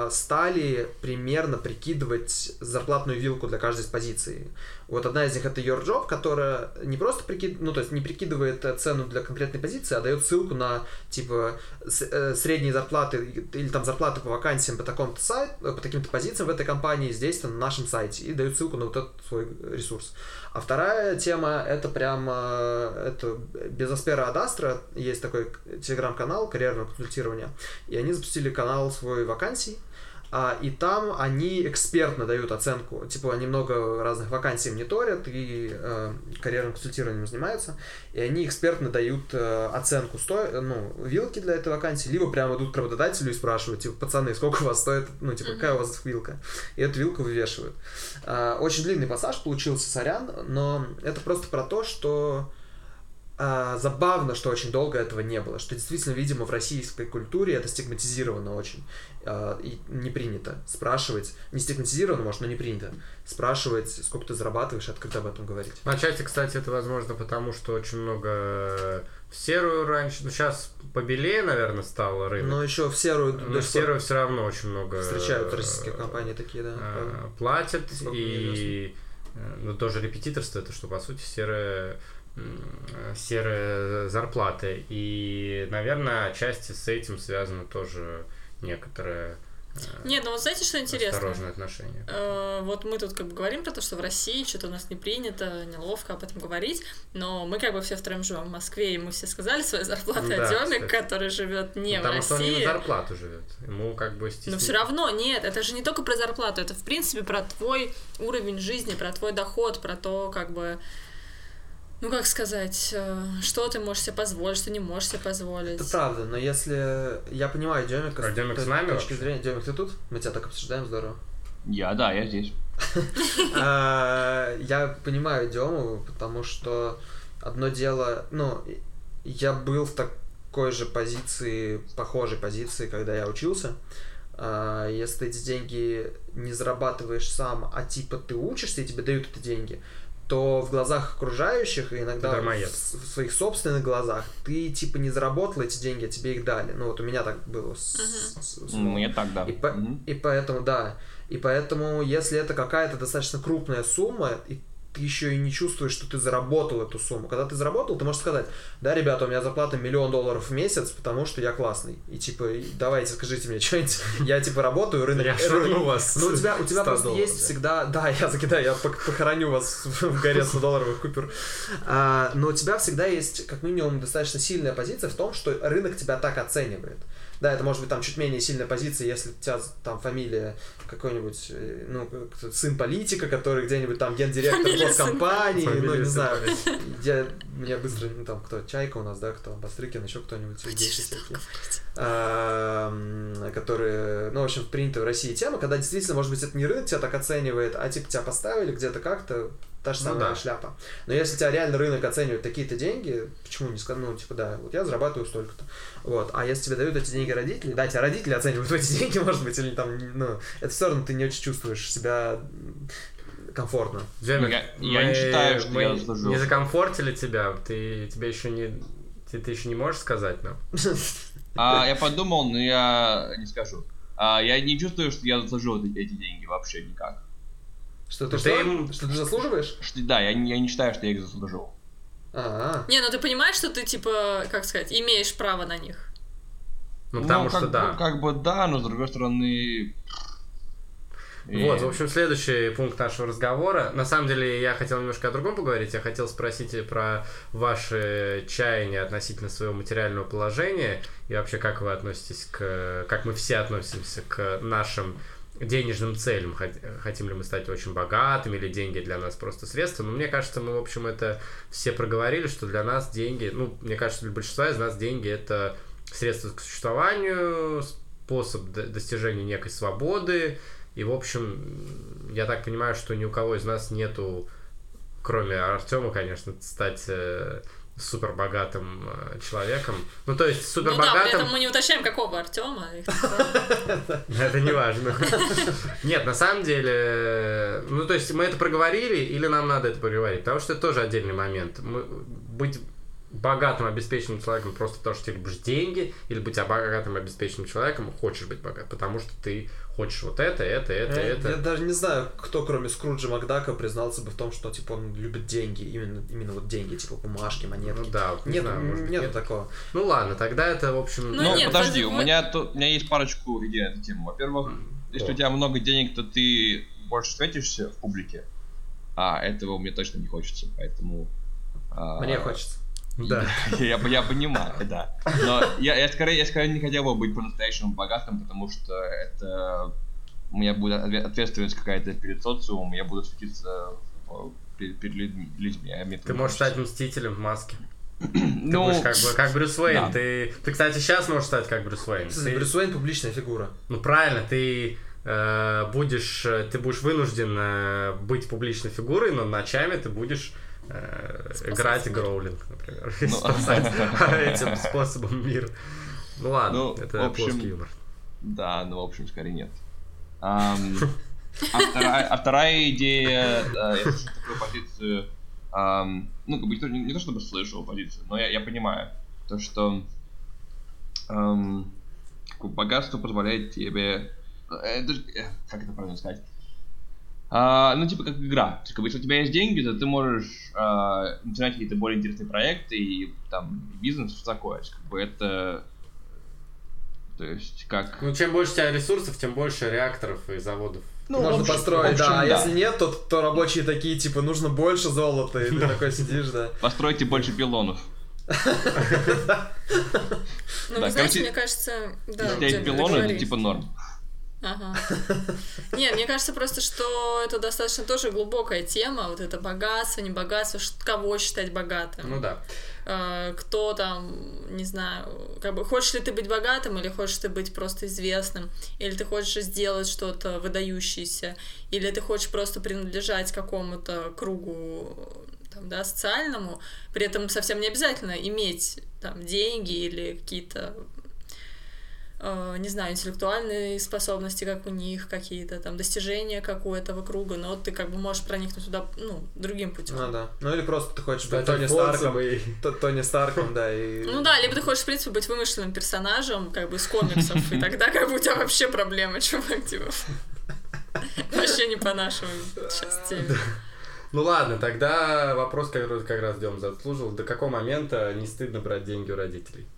стали примерно прикидывать зарплатную вилку для каждой из позиций. Вот одна из них — это YourJob, которая не просто не прикидывает цену для конкретной позиции, а дает ссылку на типа средние зарплаты или там зарплаты по вакансиям по такому-то сайту, по таким-то позициям в этой компании здесь на нашем сайте, и дает ссылку на вот этот свой ресурс. А вторая тема — это прямо это без Аспера Адастра, есть такой телеграм-канал карьерного консультирования, и они запустили канал свой вакансий. И там они экспертно дают оценку, типа они много разных вакансий мониторят и карьерным консультированием занимаются, и они экспертно дают оценку вилки для этой вакансии, либо прямо идут к работодателю и спрашивают, типа, пацаны, сколько у вас стоит, ну, типа, какая у вас вилка, и эту вилку вывешивают. Очень длинный пассаж получился, сорян, но это просто про то, что забавно, что очень долго этого не было, что действительно, видимо, в российской культуре это стигматизировано очень, и не принято спрашивать, не стигматизировано, может, но не принято спрашивать, сколько ты зарабатываешь, открыто об этом говорить. Отчасти, кстати, это возможно потому, что очень много в серую раньше, сейчас побелее, наверное, стало рынок. Но еще в серую... Но в серую все равно очень много... Встречают российские компании такие, да. Платят, и тоже репетиторство, это что, по сути, серые зарплаты. И, наверное, отчасти с этим связано тоже некоторое Нет, ну вот знаете, что интересно? осторожное отношение. Вот мы тут как бы говорим про то, что в России что-то у нас не принято, неловко об этом говорить, но мы как бы все втроем живем в Москве, и мы все сказали свои зарплаты, а Демик, который живет не в России. Потому что он не на зарплату живет. Ему как бы стеснительно. Но все равно, нет, это же не только про зарплату, это в принципе про твой уровень жизни, про твой доход, про то, как бы, ну как сказать, что ты можешь себе позволить, что не можешь себе позволить. Это правда, но если... Я понимаю Демика с Демик с нами точки зрения... Демик, ты тут? Мы тебя так обсуждаем, здорово. Я здесь. Я понимаю Дему, потому что одно дело... Ну, я был в такой же позиции, похожей позиции, когда я учился. Если ты эти деньги не зарабатываешь сам, а типа ты учишься, и тебе дают эти деньги, то в глазах окружающих и иногда в своих собственных глазах ты типа не заработал эти деньги, а тебе их дали. Ну вот у меня так было. Мне так, да. И поэтому, да. И поэтому, если это какая-то достаточно крупная сумма, и ты еще и не чувствуешь, что ты заработал эту сумму. Когда ты заработал, ты можешь сказать: да, ребята, у меня зарплата $1 000 000 в месяц, потому что я классный. И типа, давайте, скажите мне что-нибудь. Я типа работаю, рынок... Я швырну вас. Ну, у тебя просто есть всегда... Да, я закидаю, я похороню вас в горе $100 купюр. Но у тебя всегда есть, как минимум, достаточно сильная позиция в том, что рынок тебя так оценивает. Да, это может быть там чуть менее сильная позиция, если у тебя там фамилия какой-нибудь, ну, сын политика, который где-нибудь там гендиректор госкомпании, ну, не знаю. Мне быстро, ну, там, кто, Чайка у нас, да, кто, Бастрыкин, еще кто-нибудь, которые, ну, в общем, принята в России тема, когда действительно, может быть, это не рынок тебя так оценивает, а типа тебя поставили где-то как-то, та же самая шляпа. Но если тебя реально рынок оценивает такие-то деньги, почему не сказать, ну, типа, да, вот я зарабатываю столько-то. Вот. А если тебе дают эти деньги родители, да, тебя родители оценивают эти деньги, может быть, или там, ну, это все равно ты не очень чувствуешь себя комфортно. Демик, я не считаю, что я заслужил. Не закомфортили тебя? Ты еще не можешь сказать нам? Я подумал, но я не скажу. Я не чувствую, что я заслужил эти деньги вообще никак. Что ты заслуживаешь? Да, я не считаю, что я их заслужил. Не, ну ты понимаешь, что ты, типа, как сказать, имеешь право на них? Ну, потому что да. Ну, как бы да, но с другой стороны... Вот, в общем, следующий пункт нашего разговора. На самом деле, я хотел немножко о другом поговорить. Я хотел спросить про ваши чаяния относительно своего материального положения. И вообще, как вы относитесь как мы все относимся к нашим денежным целям. Хотим ли мы стать очень богатыми, или деньги для нас просто средства. Но мне кажется, мы, в общем, это все проговорили, что для нас деньги, ну, мне кажется, для большинства из нас деньги — это средство к существованию, способ достижения некой свободы. И, в общем, я так понимаю, что ни у кого из нас нету, кроме Артема, конечно, стать супербогатым человеком. Ну, то есть, супербогатым... Ну да, при этом мы не уточняем, какого Артема. Это не важно. Нет, на самом деле... Ну, то есть, мы это проговорили, или нам надо это проговорить? Потому что это тоже отдельный момент. Быть богатым, обеспеченным человеком просто потому, что ты любишь деньги, или быть богатым, обеспеченным человеком, хочешь быть богатым, потому что ты хочешь вот это. Я даже не знаю, кто, кроме Скруджа Макдака, признался бы в том, что типа он любит деньги, именно вот деньги, типа бумажки, монетки. Ну да, вот нет, знаю, нет такого. Ну ладно, тогда это, в общем... Ну нет, подожди, у меня есть парочку идей на эту тему. Во-первых, если у тебя много денег, то ты больше светишься в публике, а этого мне точно не хочется, поэтому... Мне хочется. Да. Я понимаю, да. Но я скорее не хотел бы быть по-настоящему богатым, потому что это... У меня будет ответственность какая-то перед социумом, я буду светиться перед людьми. Ты можешь стать Мстителем в маске. Ну, ты будешь как Брюс Уэйн. Да. Ты, кстати, сейчас можешь стать как Брюс Уэйн. Брюс Уэйн публичная фигура. Ну правильно, ты будешь вынужден быть публичной фигурой, но ночами ты будешь играть Гроулинг, например, и спасать этим способом мир. Ну ладно, это плоский юмор. Да, ну в общем, скорее нет. А вторая идея, я слышу такую позицию, ну, как бы не то чтобы слышал позицию, но я понимаю, то, что богатство позволяет тебе, как это правильно сказать, ну, типа, как игра. То есть, как бы, если у тебя есть деньги, то ты можешь начинать какие-то более интересные проекты и там бизнес, что такое. То есть, как бы, это То есть, как... Ну, чем больше у тебя ресурсов, тем больше реакторов и заводов. Ну, можно в общем, построить, в общем, да. А если нет, то рабочие такие, типа, нужно больше золота, и ты такой сидишь, да. Постройте больше пилонов. Ну, вы знаете, мне кажется... Если у тебя есть пилоны, это типа норм. Ага. Не, мне кажется просто, что это достаточно тоже глубокая тема, вот это богатство, не богатство, кого считать богатым. Ну да. Кто там, не знаю, как бы, хочешь ли ты быть богатым, или хочешь ты быть просто известным, или ты хочешь сделать что-то выдающееся, или ты хочешь просто принадлежать какому-то кругу, там, да, социальному, при этом совсем не обязательно иметь там деньги или какие-то, не знаю, интеллектуальные способности, как у них, какие-то там достижения, как у этого круга, но ты как бы можешь проникнуть туда, ну, другим путем. Ну да. Ну или просто ты хочешь быть Тони Старком, да, и... Ну да, либо ты хочешь, в принципе, быть вымышленным персонажем, как бы из комиксов, и тогда как бы у тебя вообще проблема, чувак, типа. Вообще не по нашему сейчас теме. Ну ладно, тогда вопрос, который как раз Дём заслужил. До какого момента не стыдно брать деньги у родителей?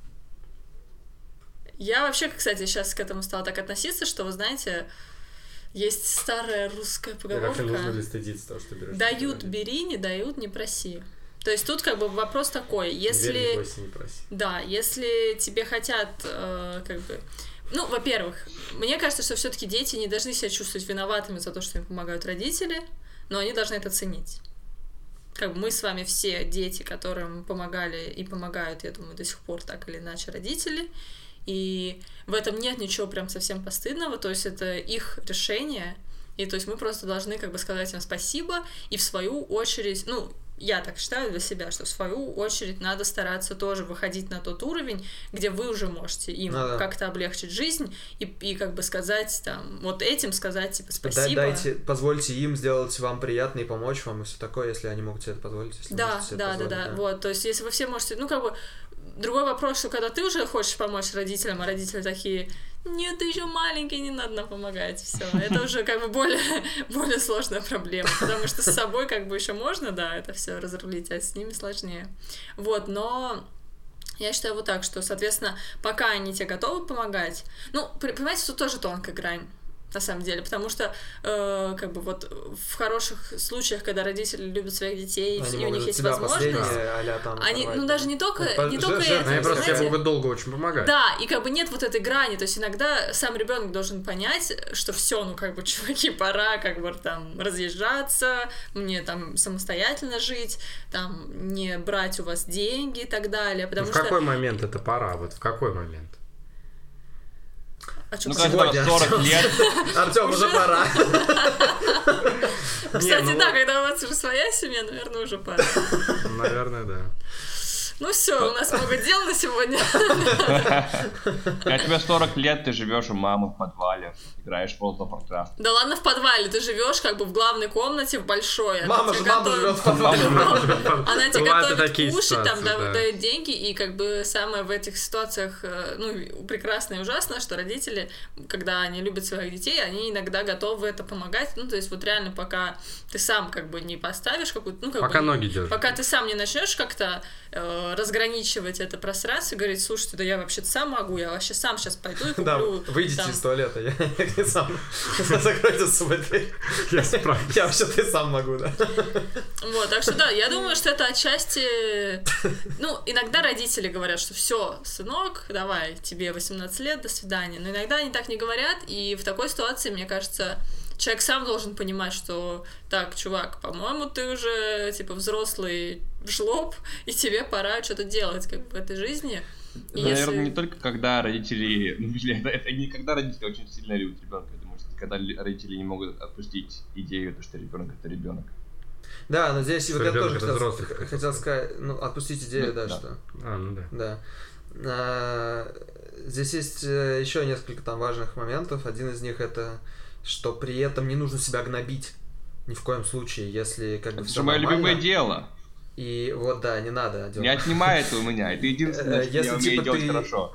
Я вообще, кстати, сейчас к этому стала так относиться, что, вы знаете, есть старая русская поговорка. Нужно ли стыдиться того, что берешь? Дают, бери, не дают, не проси. То есть тут как бы вопрос такой, если... Верь, не бойся, не проси. Да, если тебе хотят, как бы... Ну, во-первых, мне кажется, что все-таки дети не должны себя чувствовать виноватыми за то, что им помогают родители, но они должны это ценить. Как бы мы с вами все дети, которым помогали и помогают, я думаю, до сих пор так или иначе родители, и в этом нет ничего прям совсем постыдного, то есть это их решение, и то есть мы просто должны как бы сказать им спасибо, и в свою очередь, ну, я так считаю для себя, что в свою очередь надо стараться тоже выходить на тот уровень, где вы уже можете им как-то облегчить жизнь и как бы сказать там, вот этим сказать типа спасибо. Позвольте им сделать вам приятно и помочь вам и все такое, если они могут себе это позволить. Если да, вот, то есть если вы все можете, ну как бы другой вопрос, что когда ты уже хочешь помочь родителям, а родители такие: нет, ты еще маленький, не надо нам помогать, все. Это уже как бы более сложная проблема, потому что с собой как бы еще можно, да, это все разрулить, а с ними сложнее. Вот, но я считаю вот так, что, соответственно, пока они тебе готовы помогать, ну, понимаете, тут тоже тонкая грань. На самом деле, потому что как бы вот в хороших случаях, когда родители любят своих детей, они и у них есть возможность, они, ну даже не только это, они просто тебе могут долго очень помогать. Да, и как бы нет вот этой грани, то есть иногда сам ребенок должен понять, что все, ну как бы, чуваки, пора как бы там разъезжаться, мне там самостоятельно жить, там не брать у вас деньги и так далее, потому что... В какой момент это пора? Вот в какой момент? Ну, когда 40 лет. Артём, уже пора. Кстати, да, когда у вас уже своя семья, наверное, уже пора. Наверное, да. Ну все, у нас много дел на сегодня. Когда тебе 40 лет, ты живешь у мамы в подвале, играешь в World of Warcraft. Да ладно, в подвале, ты живешь как бы в главной комнате, в большой. Мама живет в подвале. Она тебе готовит кушать, там дает деньги, и как бы самое в этих ситуациях, ну, прекрасно и ужасно, что родители, когда они любят своих детей, они иногда готовы это помогать, ну, то есть вот реально пока ты сам как бы не поставишь какую-то, ну, как пока бы... ноги держишь. Пока ты сам не начнешь как-то разграничивать это пространство и говорить: слушайте, да я вообще-то сам могу, я вообще сам сейчас пойду и куплю... Да, выйдите из туалета, я не сам. Закройте за собой дверь. Я справлюсь. Я вообще-то и сам могу, да. Вот, так что да, я думаю, что это отчасти... Ну, иногда родители говорят, что все, сынок, давай, тебе 18 лет, до свидания. Но иногда они так не говорят, и в такой ситуации, мне кажется, человек сам должен понимать, что так, чувак, по-моему, ты уже, типа, взрослый жлоб, и тебе пора что-то делать, как бы, в этой жизни. И наверное, не только когда родители... Ну, это не когда родители очень сильно любят ребенка. Я думаю, что когда родители не могут отпустить идею, то, что ребенок это ребенок. Да, но здесь вот я тоже хотел сказать, ну, отпустить идею, да, что... ну да. Да. Здесь есть еще несколько там важных моментов. Один из них это, что при этом не нужно себя гнобить ни в коем случае, если как бы это же мое любимое дело. И вот, да, не надо делать. Не отнимай это у меня, это единственное, что я умею делать хорошо.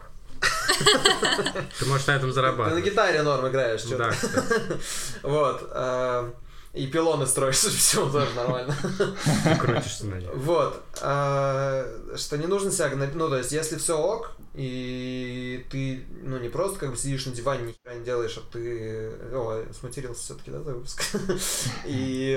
Ты можешь на этом зарабатывать. Ты на гитаре норм играешь, что-то. Да, кстати. Вот. И пилоны строишь, все тоже нормально. Крутишься на них. Вот. Что не нужно себя гнобить. Ну, то есть, если все ок, и ты, ну, не просто как бы сидишь на диване, ничего не делаешь, а ты... О, сматерился все-таки, да, за выпуск? И...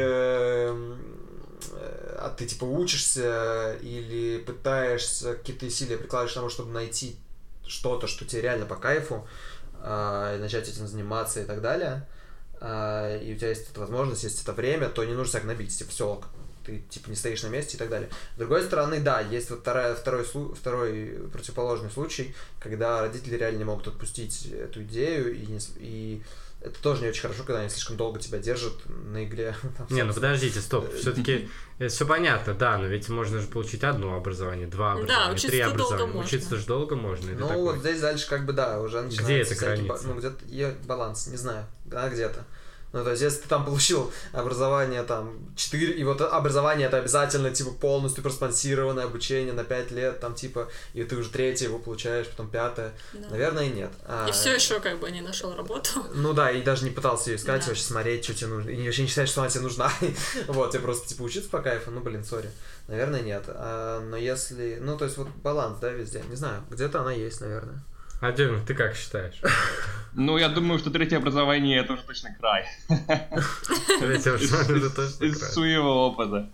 А ты, типа, учишься или пытаешься какие-то усилия прикладываешь к тому, чтобы найти что-то, что тебе реально по кайфу, и начать этим заниматься и так далее, и у тебя есть эта возможность, есть это время, то не нужно себя гнобить, типа, все ок, ты, типа, не стоишь на месте и так далее. С другой стороны, да, есть вот второй противоположный случай, когда родители реально не могут отпустить эту идею, и это тоже не очень хорошо, когда они слишком долго тебя держат на игле. Не, ну подождите, стоп, все-таки это все понятно, да, но ведь можно же получить одно образование, два образования, три образования. Учиться же долго можно. Ну вот здесь дальше как бы да, уже начинается. Где эта граница? Ну где-то баланс, не знаю, да, где-то. Ну, то есть, если ты там получил образование, там, 4, и вот образование это обязательно, типа, полностью проспонсированное обучение на 5 лет, там, типа, и ты уже 3 его получаешь, потом 5, да. Наверное, нет. И все еще, как бы, не нашел работу. Ну да, и даже не пытался ее искать, вообще смотреть, что тебе нужно, и вообще не считать, что она тебе нужна. Вот, тебе просто, типа, учиться по кайфу, ну, блин, сори. Наверное, нет. Но если, ну, то есть, вот баланс, да, везде, не знаю, где-то она есть, наверное. А, Дёма, ты как считаешь? Ну, я думаю, что третье образование это уже точно край. Третье образование это точно край. Из своего опыта.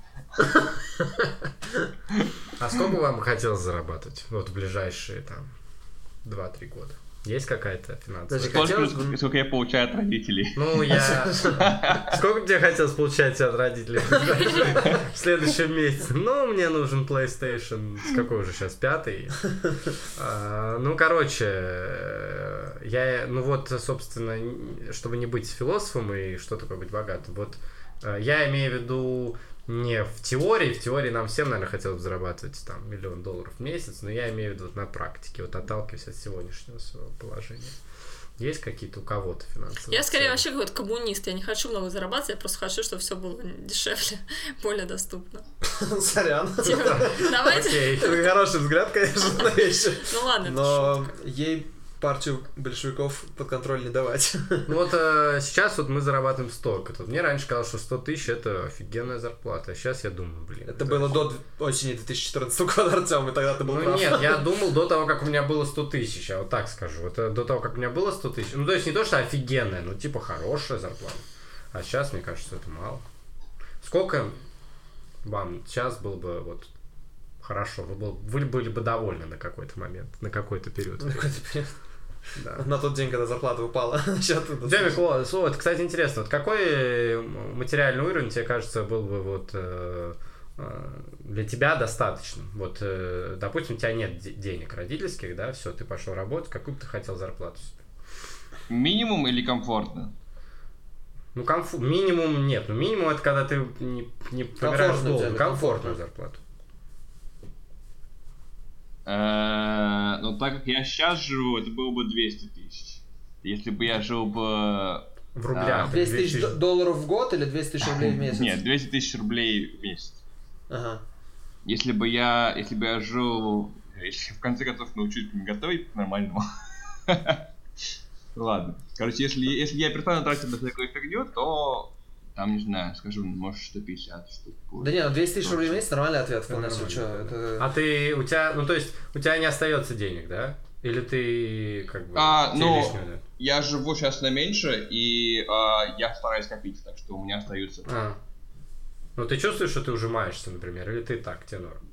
А сколько вам бы хотелось зарабатывать вот в ближайшие там 2-3 года? Есть какая-то финансовая? Сколько я получаю от родителей. Ну, я... Сколько тебе хотелось получать от родителей в следующем месяце? Ну, мне нужен PlayStation. С какой уже сейчас? 5-й? Ну, короче, я... Ну, вот, собственно, чтобы не быть философом и что такое быть богатым, вот я имею в виду не в теории нам всем, наверное, хотелось бы зарабатывать там $1 000 000 в месяц, но я имею в виду вот на практике, вот отталкиваясь от сегодняшнего своего положения. Есть какие-то у кого-то финансовые Я скорее цели? вообще какой-то коммунист, я не хочу много зарабатывать, я просто хочу, чтобы все было дешевле, более доступно. Сорян. Давайте. Хороший взгляд, конечно, на вещи. Ну ладно, но ей партию большевиков под контроль не давать. Ну вот сейчас вот мы зарабатываем столько. Тут мне раньше казалось, что 100 000 это офигенная зарплата. А сейчас я думаю, блин. Это было до осени 2014 года, Артём, и тогда ты был прав. Ну нет, я думал до того, как у меня было 100 000, я вот так скажу. Это до того, как у меня было 100 000. Ну то есть не то, что офигенная, но типа хорошая зарплата. А сейчас, мне кажется, это мало. Сколько вам сейчас было бы вот хорошо? Вы были бы довольны на какой-то момент, на какой-то период? На какой-то период. Да. На тот день, когда зарплата упала. Демик, вот, кстати, интересно, вот какой материальный уровень, тебе кажется, был бы вот для тебя достаточным? Вот, допустим, у тебя нет денег родительских, да, все, ты пошел работать, какую бы ты хотел зарплату себе? Минимум или комфортно? Ну, минимум нет. Ну, минимум это когда ты не помираешь с голоду. Комфортную зарплату. Ну, так как я сейчас живу, это было бы 200 000. Если бы я жил бы... В рублях. 200 000 долларов в год или 200 000 рублей в месяц? Нет, 200 000 рублей в месяц. Ага. Если бы я жил... Если в конце концов научусь готовить по-нормальному. Ладно. Короче, если я перестану тратить на всякую фигню, то... Там, не знаю, скажу, может, 150 штук будет. Да не, 200 000 рублей в месяц нормальный ответ. А ты, у тебя, ну то есть, у тебя не остается денег, да? Или ты, как бы, ну, я живу сейчас на меньше, и я стараюсь копить, так что у меня остаются. Ну ты чувствуешь, что ты уже маешься, например, или ты так, тебе норм?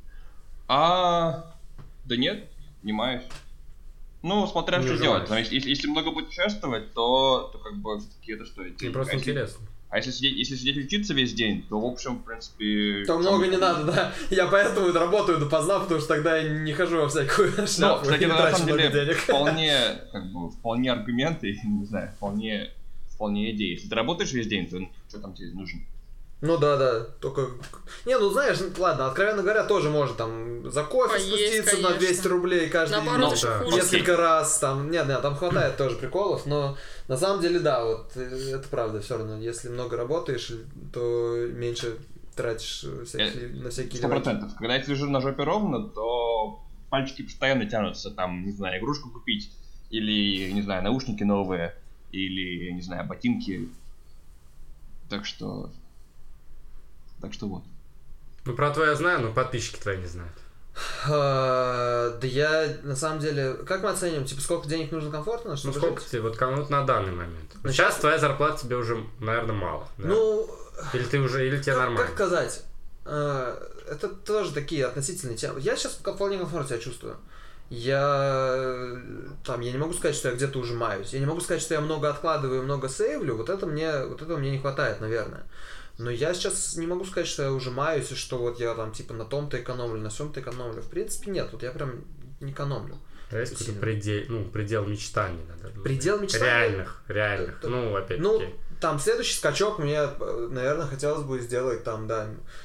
Да нет, не маюсь. Ну, смотря что делать. Если много путешествовать, то как бы все-таки это стоит. Мне просто интересно. А если сидеть учиться весь день, то, в общем, в принципе... То много не надо, да. Я поэтому работаю допоздна, потому что тогда я не хожу во всякую шляпу. Ну, кстати, на самом деле, вполне аргументы, не знаю, вполне идеи. Если ты работаешь весь день, то что там тебе нужно? Ну да, только... Не, ну знаешь, ладно, откровенно говоря, тоже может там за кофе спуститься на 200 рублей каждый день, несколько раз, там, нет, там хватает тоже приколов, но на самом деле, да, вот это правда, все равно, если много работаешь, то меньше тратишь на всякие... 100%. Когда я сижу на жопе ровно, то пальчики постоянно тянутся, там, не знаю, игрушку купить, или, не знаю, наушники новые, или, не знаю, ботинки. Так что вот. Ну, про твое я знаю, но подписчики твои не знают. Да я, на самом деле, как мы оценим, типа, сколько денег нужно комфортно, чтобы сколько жить? тебе, вот на данный момент? Вот сейчас твоя зарплата тебе уже, наверное, мало, да? Ну... Или тебе нормально? Как сказать? Это тоже такие относительные темы. Я сейчас вполне комфортно себя чувствую. Я не могу сказать, что я где-то ужимаюсь. Я не могу сказать, что я много откладываю, много сейвлю. Вот этого мне не хватает, наверное. Но я сейчас не могу сказать, что я ужимаюсь, и что вот я там типа на том-то экономлю, на сём-то экономлю. В принципе, нет, вот я прям не экономлю. А есть какой-то предел мечтаний? Предел мечтаний? Реальных. Ну, опять-таки. Ну, там следующий скачок мне, наверное, хотелось бы сделать там, да,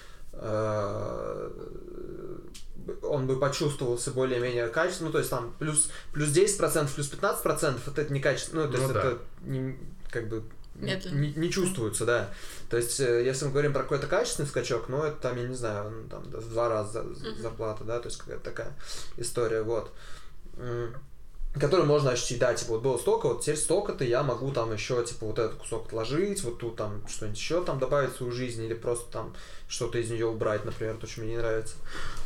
он бы почувствовался более-менее качественно, ну, то есть там плюс 10%, плюс 15%, это не качественно, ну, то есть это не, как бы не чувствуется, да. То есть, если мы говорим про какой-то качественный скачок, ну, это там, я не знаю, там, в 2 раза зарплата, да, то есть какая-то такая история, вот. Которую можно ощутить, да, типа, вот было столько, вот теперь столько-то я могу там еще, типа, вот этот кусок отложить, вот тут там что-нибудь еще там добавить в свою жизнь, или просто там что-то из нее убрать, например, то, что мне не нравится.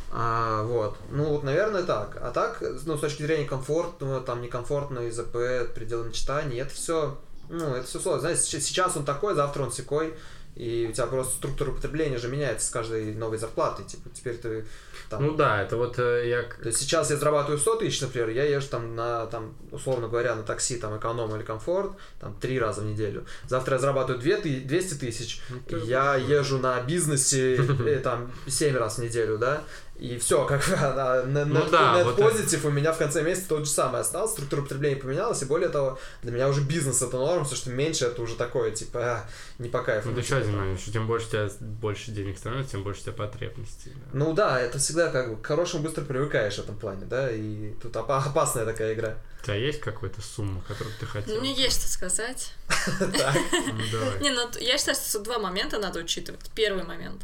Вот. Ну, вот, наверное, так. А так, ну, с точки зрения комфортного, там, некомфортного, ИЗП, предела мечтаний, это все сложно. Знаете, сейчас он такой, завтра он сякой, и у тебя просто структура потребления же меняется с каждой новой зарплатой, типа, теперь ты там... Ну да, это вот я... То есть сейчас я зарабатываю 100 тысяч, например, я езжу там условно говоря, на такси, там, эконом или комфорт, там, 3 раза в неделю. Завтра я зарабатываю 200 тысяч, я езжу на бизнесе, там, 7 раз в неделю, да, и все, как net позитив у меня в конце месяца тот же самый остался, структура потребления поменялась, и более того, для меня уже бизнес это норм, потому что меньше это уже такое, типа, не по кайфу. Ну, еще один момент, что тем больше у тебя больше денег становится, тем больше у тебя потребностей. Да. Ну да, это всегда как бы к хорошему быстро привыкаешь в этом плане, да, и тут опасная такая игра. У тебя есть какая-то сумма, которую ты хотел? Ну, мне есть что сказать. Так. Не, ну, я считаю, что 2 момента надо учитывать. Первый момент.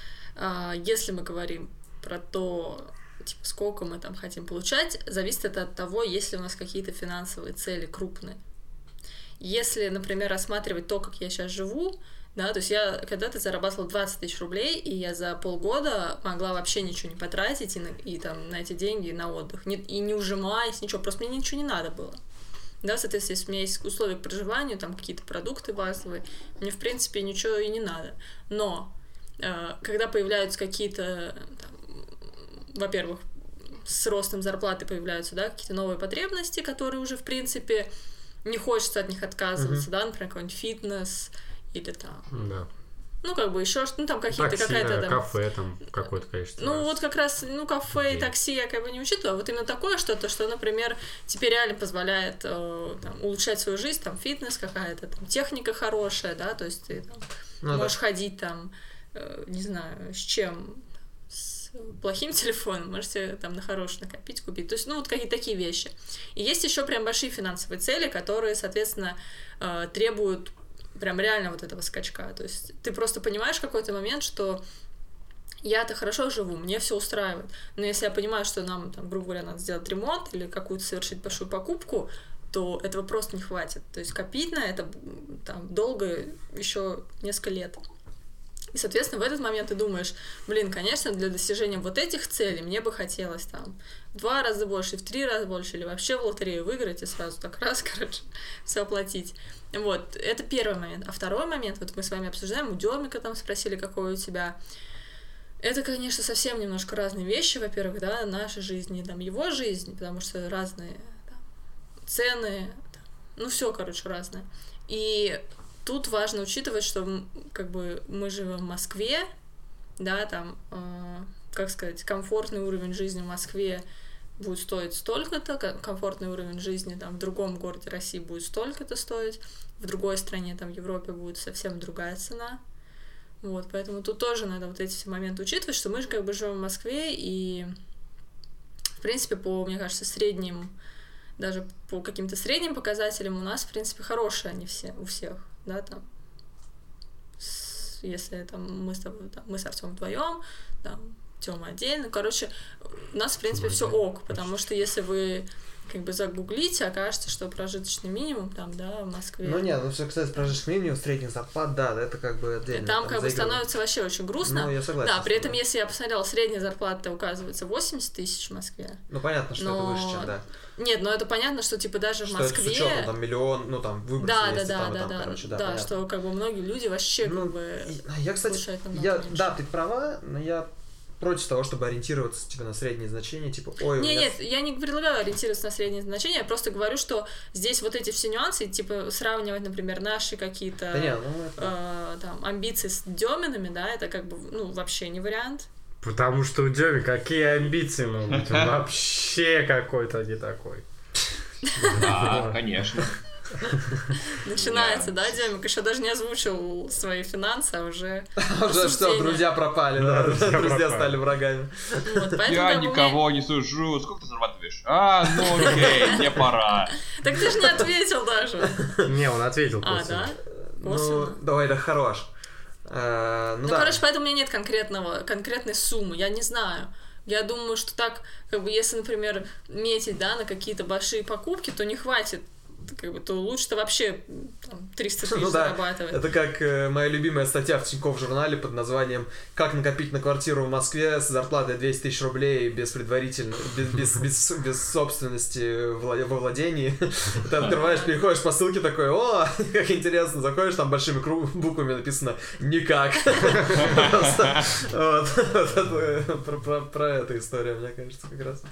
Если мы говорим про то, типа, сколько мы там хотим получать, зависит это от того, есть ли у нас какие-то финансовые цели крупные. Если, например, рассматривать то, как я сейчас живу, да, то есть я когда-то зарабатывала 20 тысяч рублей, и я за полгода могла вообще ничего не потратить и там на эти деньги на отдых, и не ужимаясь, ничего, просто мне ничего не надо было. Да, соответственно, если у меня есть условия к проживанию, там какие-то продукты базовые, мне, в принципе, ничего и не надо. Но когда появляются какие-то, во-первых, с ростом зарплаты появляются, да, какие-то новые потребности, которые уже, в принципе, не хочется от них отказываться, да, например, какой-нибудь фитнес или там... Да. Ну, как бы еще что-то, ну, там какие-то, какая-то там... кафе там какое-то количество. Ну, вот как раз, кафе и такси я как бы не учитываю, а вот именно такое что-то, что, например, тебе реально позволяет там, улучшать свою жизнь, там, фитнес какая-то, там, техника хорошая, да, то есть ты там, можешь ходить там, не знаю, с чем, с плохим телефоном, можете там на хороший накопить, купить, то есть, ну, вот какие-то такие вещи. И есть еще прям большие финансовые цели, которые, соответственно, требуют прям реально вот этого скачка. То есть ты просто понимаешь в какой-то момент, что я-то хорошо живу, мне все устраивает. Но если я понимаю, что нам, там, грубо говоря, надо сделать ремонт или какую-то совершить большую покупку, то этого просто не хватит. То есть копить на это там долго, еще несколько лет. И, соответственно, в этот момент ты думаешь, блин, конечно, для достижения вот этих целей мне бы хотелось там в 2 раза больше, в 3 раза больше, или вообще в лотерею выиграть и сразу так раз, короче, все оплатить. Вот, это первый момент. А второй момент, вот мы с вами обсуждаем, у Демика там спросили, какой у тебя. Это, конечно, совсем немножко разные вещи, во-первых, да, наша жизнь и там его жизнь, потому что разные там, цены, там, ну все, короче, разное. И тут важно учитывать, что как бы мы живем в Москве, да, там, как сказать, комфортный уровень жизни в Москве будет стоить столько-то, комфортный уровень жизни там в другом городе России будет столько-то стоить, в другой стране, там, в Европе будет совсем другая цена. Вот, поэтому тут тоже надо вот эти все моменты учитывать, что мы же как бы живем в Москве, и, в принципе, по, мне кажется, средним, даже по каким-то средним показателям у нас, в принципе, хорошие они все, у всех, да, там, если там мы с тобой, там, мы с Артёмом вдвоем, там, Тёма отдельно. Короче, у нас, в принципе, все ок, потому что если вы как бы загуглите, окажется, что прожиточный минимум там, да, в Москве. Ну нет, ну все, кстати, прожиточный минимум, средний зарплат, да, это как бы отдельно. Там как бы становится вообще очень грустно. Ну, я согласен. Да, при этом, если я посмотрела, средняя зарплата указывается 80 тысяч в Москве. Ну понятно, что это выше, чем, да. Нет, но это понятно, что типа даже в Москве... Это с учетом там миллион, ну там выбросили, короче, да. Да, что как бы многие люди вообще как бы я, кстати, да, ты права, но я против того, чтобы ориентироваться типа на средние значения, типа, ой, Нет, я не предлагаю ориентироваться на средние значения, я просто говорю, что здесь вот эти все нюансы, типа, сравнивать, например, наши какие-то там амбиции с Деминами, да, это как бы, ну, вообще не вариант. Потому что у Демы какие амбиции могут быть? Он вообще какой-то не такой. Да, конечно. Начинается, да, Демик? Еще даже не озвучил свои финансы, а уже... Уже что, друзья пропали, да? Друзья стали врагами. Я никого не сужу. Сколько ты зарабатываешь? Ну окей, мне пора. Так ты же не ответил даже. Не, он ответил косвенно. Да? Ну, давай, да, хорош. Ну, короче, поэтому у меня нет конкретной суммы, я не знаю. Я думаю, что так, как бы, если, например, метить, да, на какие-то большие покупки, то не хватит, как бы, то лучше-то вообще там, 300 тысяч зарабатывать. Это как моя любимая статья в Тинькофф журнале под названием «Как накопить на квартиру в Москве с зарплатой 200 тысяч рублей без предварительно, без собственности во владении». Ты открываешь, переходишь по ссылке такой: о, как интересно, заходишь, там большими буквами написано «Никак». Про эту историю, мне кажется, как раз.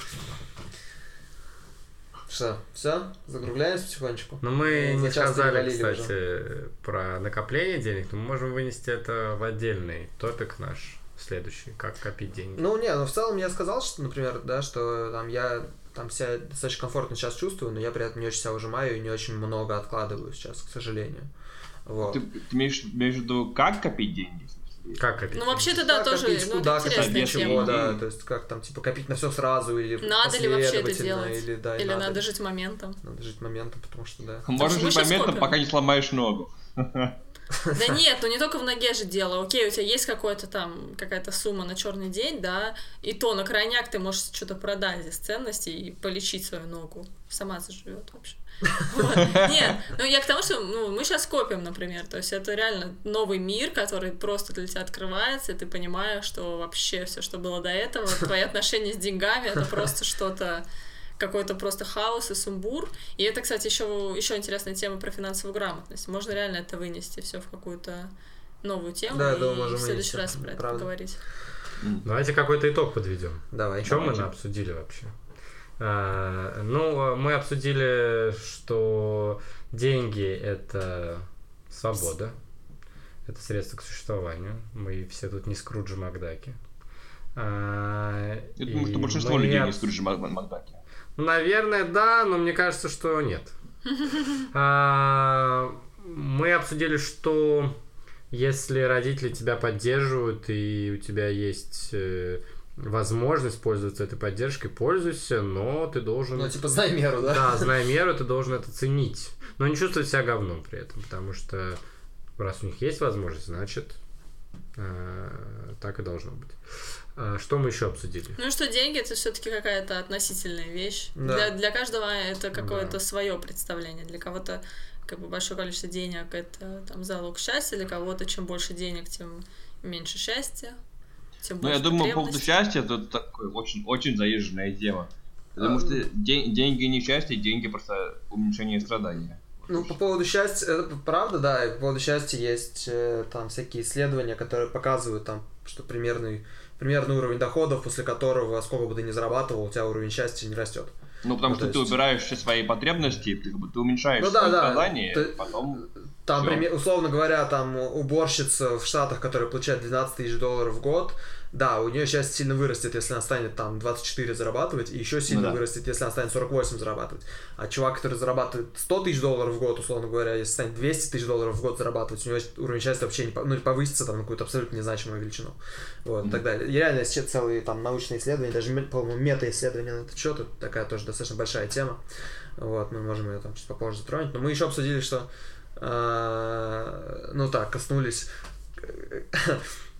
Что, все? Закругляемся потихонечку? Ну, мы не сказали, кстати, про накопление денег, но мы можем вынести это в отдельный топик наш следующий, как копить деньги. Ну, в целом я сказал, что, например, да, что там я там себя достаточно комфортно сейчас чувствую, но я при этом не очень себя выжимаю и не очень много откладываю сейчас, к сожалению. Вот. Ты имеешь в виду, как копить деньги? Как копить? Ну, вообще-то, да, тоже интересная тема. Да, то есть, как там, типа, копить на все сразу, или надо ли вообще это делать? Или надо жить моментом? Надо жить моментом, потому что, да. Можно жить моментом, пока не сломаешь ногу. Да нет, ну не только в ноге же дело. Окей, у тебя есть какая-то сумма на черный день, да, и то на крайняк ты можешь что-то продать из ценностей и полечить свою ногу. Сама заживет вообще. Нет, ну я к тому, что мы сейчас копим, например, то есть это реально новый мир, который просто для тебя открывается, и ты понимаешь, что вообще все, что было до этого, твои отношения с деньгами, это просто что-то, какой-то просто хаос и сумбур. И это, кстати, еще интересная тема про финансовую грамотность. Можно реально это вынести все в какую-то новую тему, да, и в следующий раз про это поговорить. Давайте какой-то итог подведем. Давай. Что мы обсудили вообще? Мы обсудили, что деньги — это свобода, это средство к существованию. Мы все тут не Скруджи Макдаки. Я думаю, что большинство людей не Скруджи Макдаки. Наверное, да, но мне кажется, что нет. Мы обсудили, что если родители тебя поддерживают и у тебя есть возможность пользоваться этой поддержкой, пользуйся, но ты должен... Ну, типа, знай меру, да? Да, знай меру, ты должен это ценить. Но не чувствовать себя говном при этом, потому что раз у них есть возможность, значит, так и должно быть. Что мы еще обсудили? Ну, что деньги — это все-таки какая-то относительная вещь. Да. Для каждого это какое-то свое представление. Для кого-то как бы большое количество денег — это там залог счастья, для кого-то чем больше денег, тем меньше счастья. Ну, я думаю, по поводу счастья это такой очень заезженная тема. Потому что деньги не счастье, деньги просто уменьшение страдания. Ну, по поводу счастья, это правда, да, и по поводу счастья есть там всякие исследования, которые показывают там, что примерный уровень доходов, после которого, сколько бы ты ни зарабатывал, у тебя уровень счастья не растет. Ну, потому что ты убираешь все свои потребности, ты уменьшаешь свои страдания, потом... Там, условно говоря, там уборщица в Штатах, которая получает $12 тысяч в год, да, у нее счастье сильно вырастет, если она станет там 24 зарабатывать, и еще сильно вырастет, если она станет 48 зарабатывать. А чувак, который зарабатывает $100 тысяч в год, условно говоря, если станет 200 тысяч в год зарабатывать, у него уровень счастья вообще не повысится там на какую-то абсолютно незначимую величину. Вот, и так далее. И реально есть целые там научные исследования, даже, по-моему, мета-исследования на этот счет, это такая тоже достаточно большая тема. Вот, мы можем ее там чуть попозже затронуть. Но мы еще обсудили, что коснулись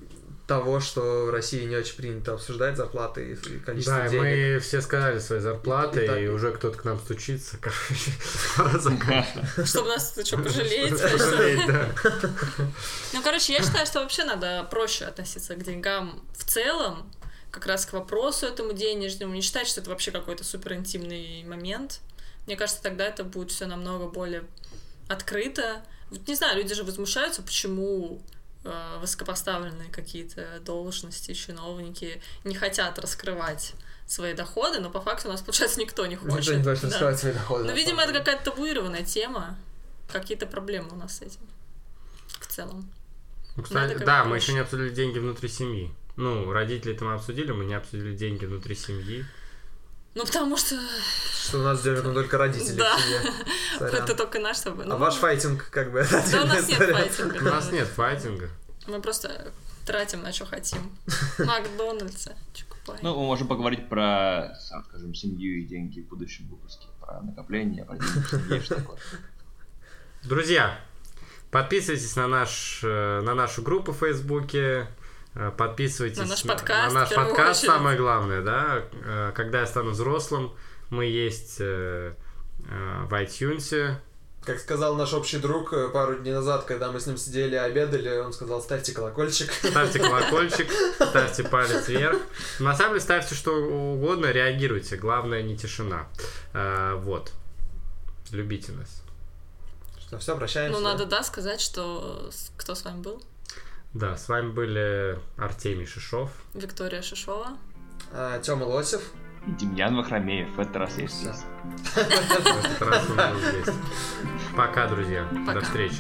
того, что в России не очень принято обсуждать зарплаты и количество Да, денег. мы все сказали свои зарплаты, и уже кто-то к нам стучится, короче, пора заканчивать. Чтобы нас что, пожалеть? Пожалеть, да. Ну, короче, я считаю, что вообще надо проще относиться к деньгам в целом, как раз к вопросу этому денежному, не считать, что это вообще какой-то суперинтимный момент. Мне кажется, тогда это будет все намного более открыто. Вот, не знаю, люди же возмущаются, почему высокопоставленные какие-то должности, чиновники не хотят раскрывать свои доходы, но по факту у нас, получается, никто не хочет. Никто не хочет раскрывать свои доходы. Ну, видимо, это какая-то табуированная тема. Какие-то проблемы у нас с этим в целом. Ну, кстати, да, мы еще не обсудили деньги внутри семьи. Ну, родители-то мы обсудили, мы не обсудили деньги внутри семьи. Ну, потому что... Что у нас держат только родители да. в семье. Это только наш, чтобы... А ваш файтинг, как бы, это да, у нас нет файтинга. У нас нет файтинга. Мы просто тратим на что хотим. Макдональдса, чукупай. Ну, мы можем поговорить про, скажем, семью и деньги в будущем выпуске. Про накопление, про деньги в семье, что такое. Друзья, подписывайтесь на нашу группу в Фейсбуке. Подписывайтесь на наш подкаст, самое главное, да. Когда я стану взрослым, мы есть в iTunes. Как сказал наш общий друг пару дней назад, когда мы с ним сидели и обедали, он сказал: ставьте колокольчик. Ставьте колокольчик, ставьте палец вверх. На самом деле ставьте что угодно, реагируйте. Главное не тишина. Вот. Любите нас. Что, все, прощаемся. Ну, надо, сказать, что кто с вами был. Да, с вами были Артемий Шишов, Виктория Шишова, Тёма Лосев и Демьян Вахромеев. В этот раз есть здесь. В этот раз он был здесь. Пока, друзья. Пока. До встречи.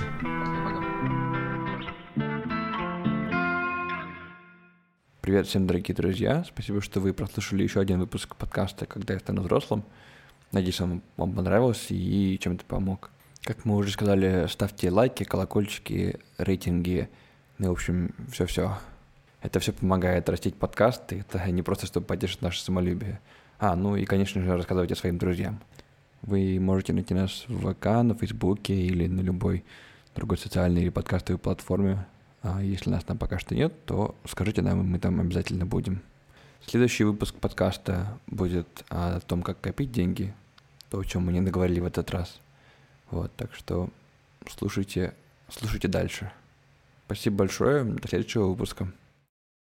Привет всем, дорогие друзья. Спасибо, что вы прослушали еще один выпуск подкаста «Когда я стану взрослым». Надеюсь, он вам понравился и чем-то помог. Как мы уже сказали, ставьте лайки, колокольчики, рейтинги. Ну, в общем, все-все. Это все помогает растить подкаст, и это не просто, чтобы поддержать наше самолюбие. Ну и, конечно же, рассказывайте своим друзьям. Вы можете найти нас в ВК, на Фейсбуке или на любой другой социальной или подкастовой платформе. А если нас там пока что нет, то скажите нам, и мы там обязательно будем. Следующий выпуск подкаста будет о том, как копить деньги. То, о чем мы не договорили в этот раз. Вот, так что слушайте дальше. Спасибо большое. До следующего выпуска.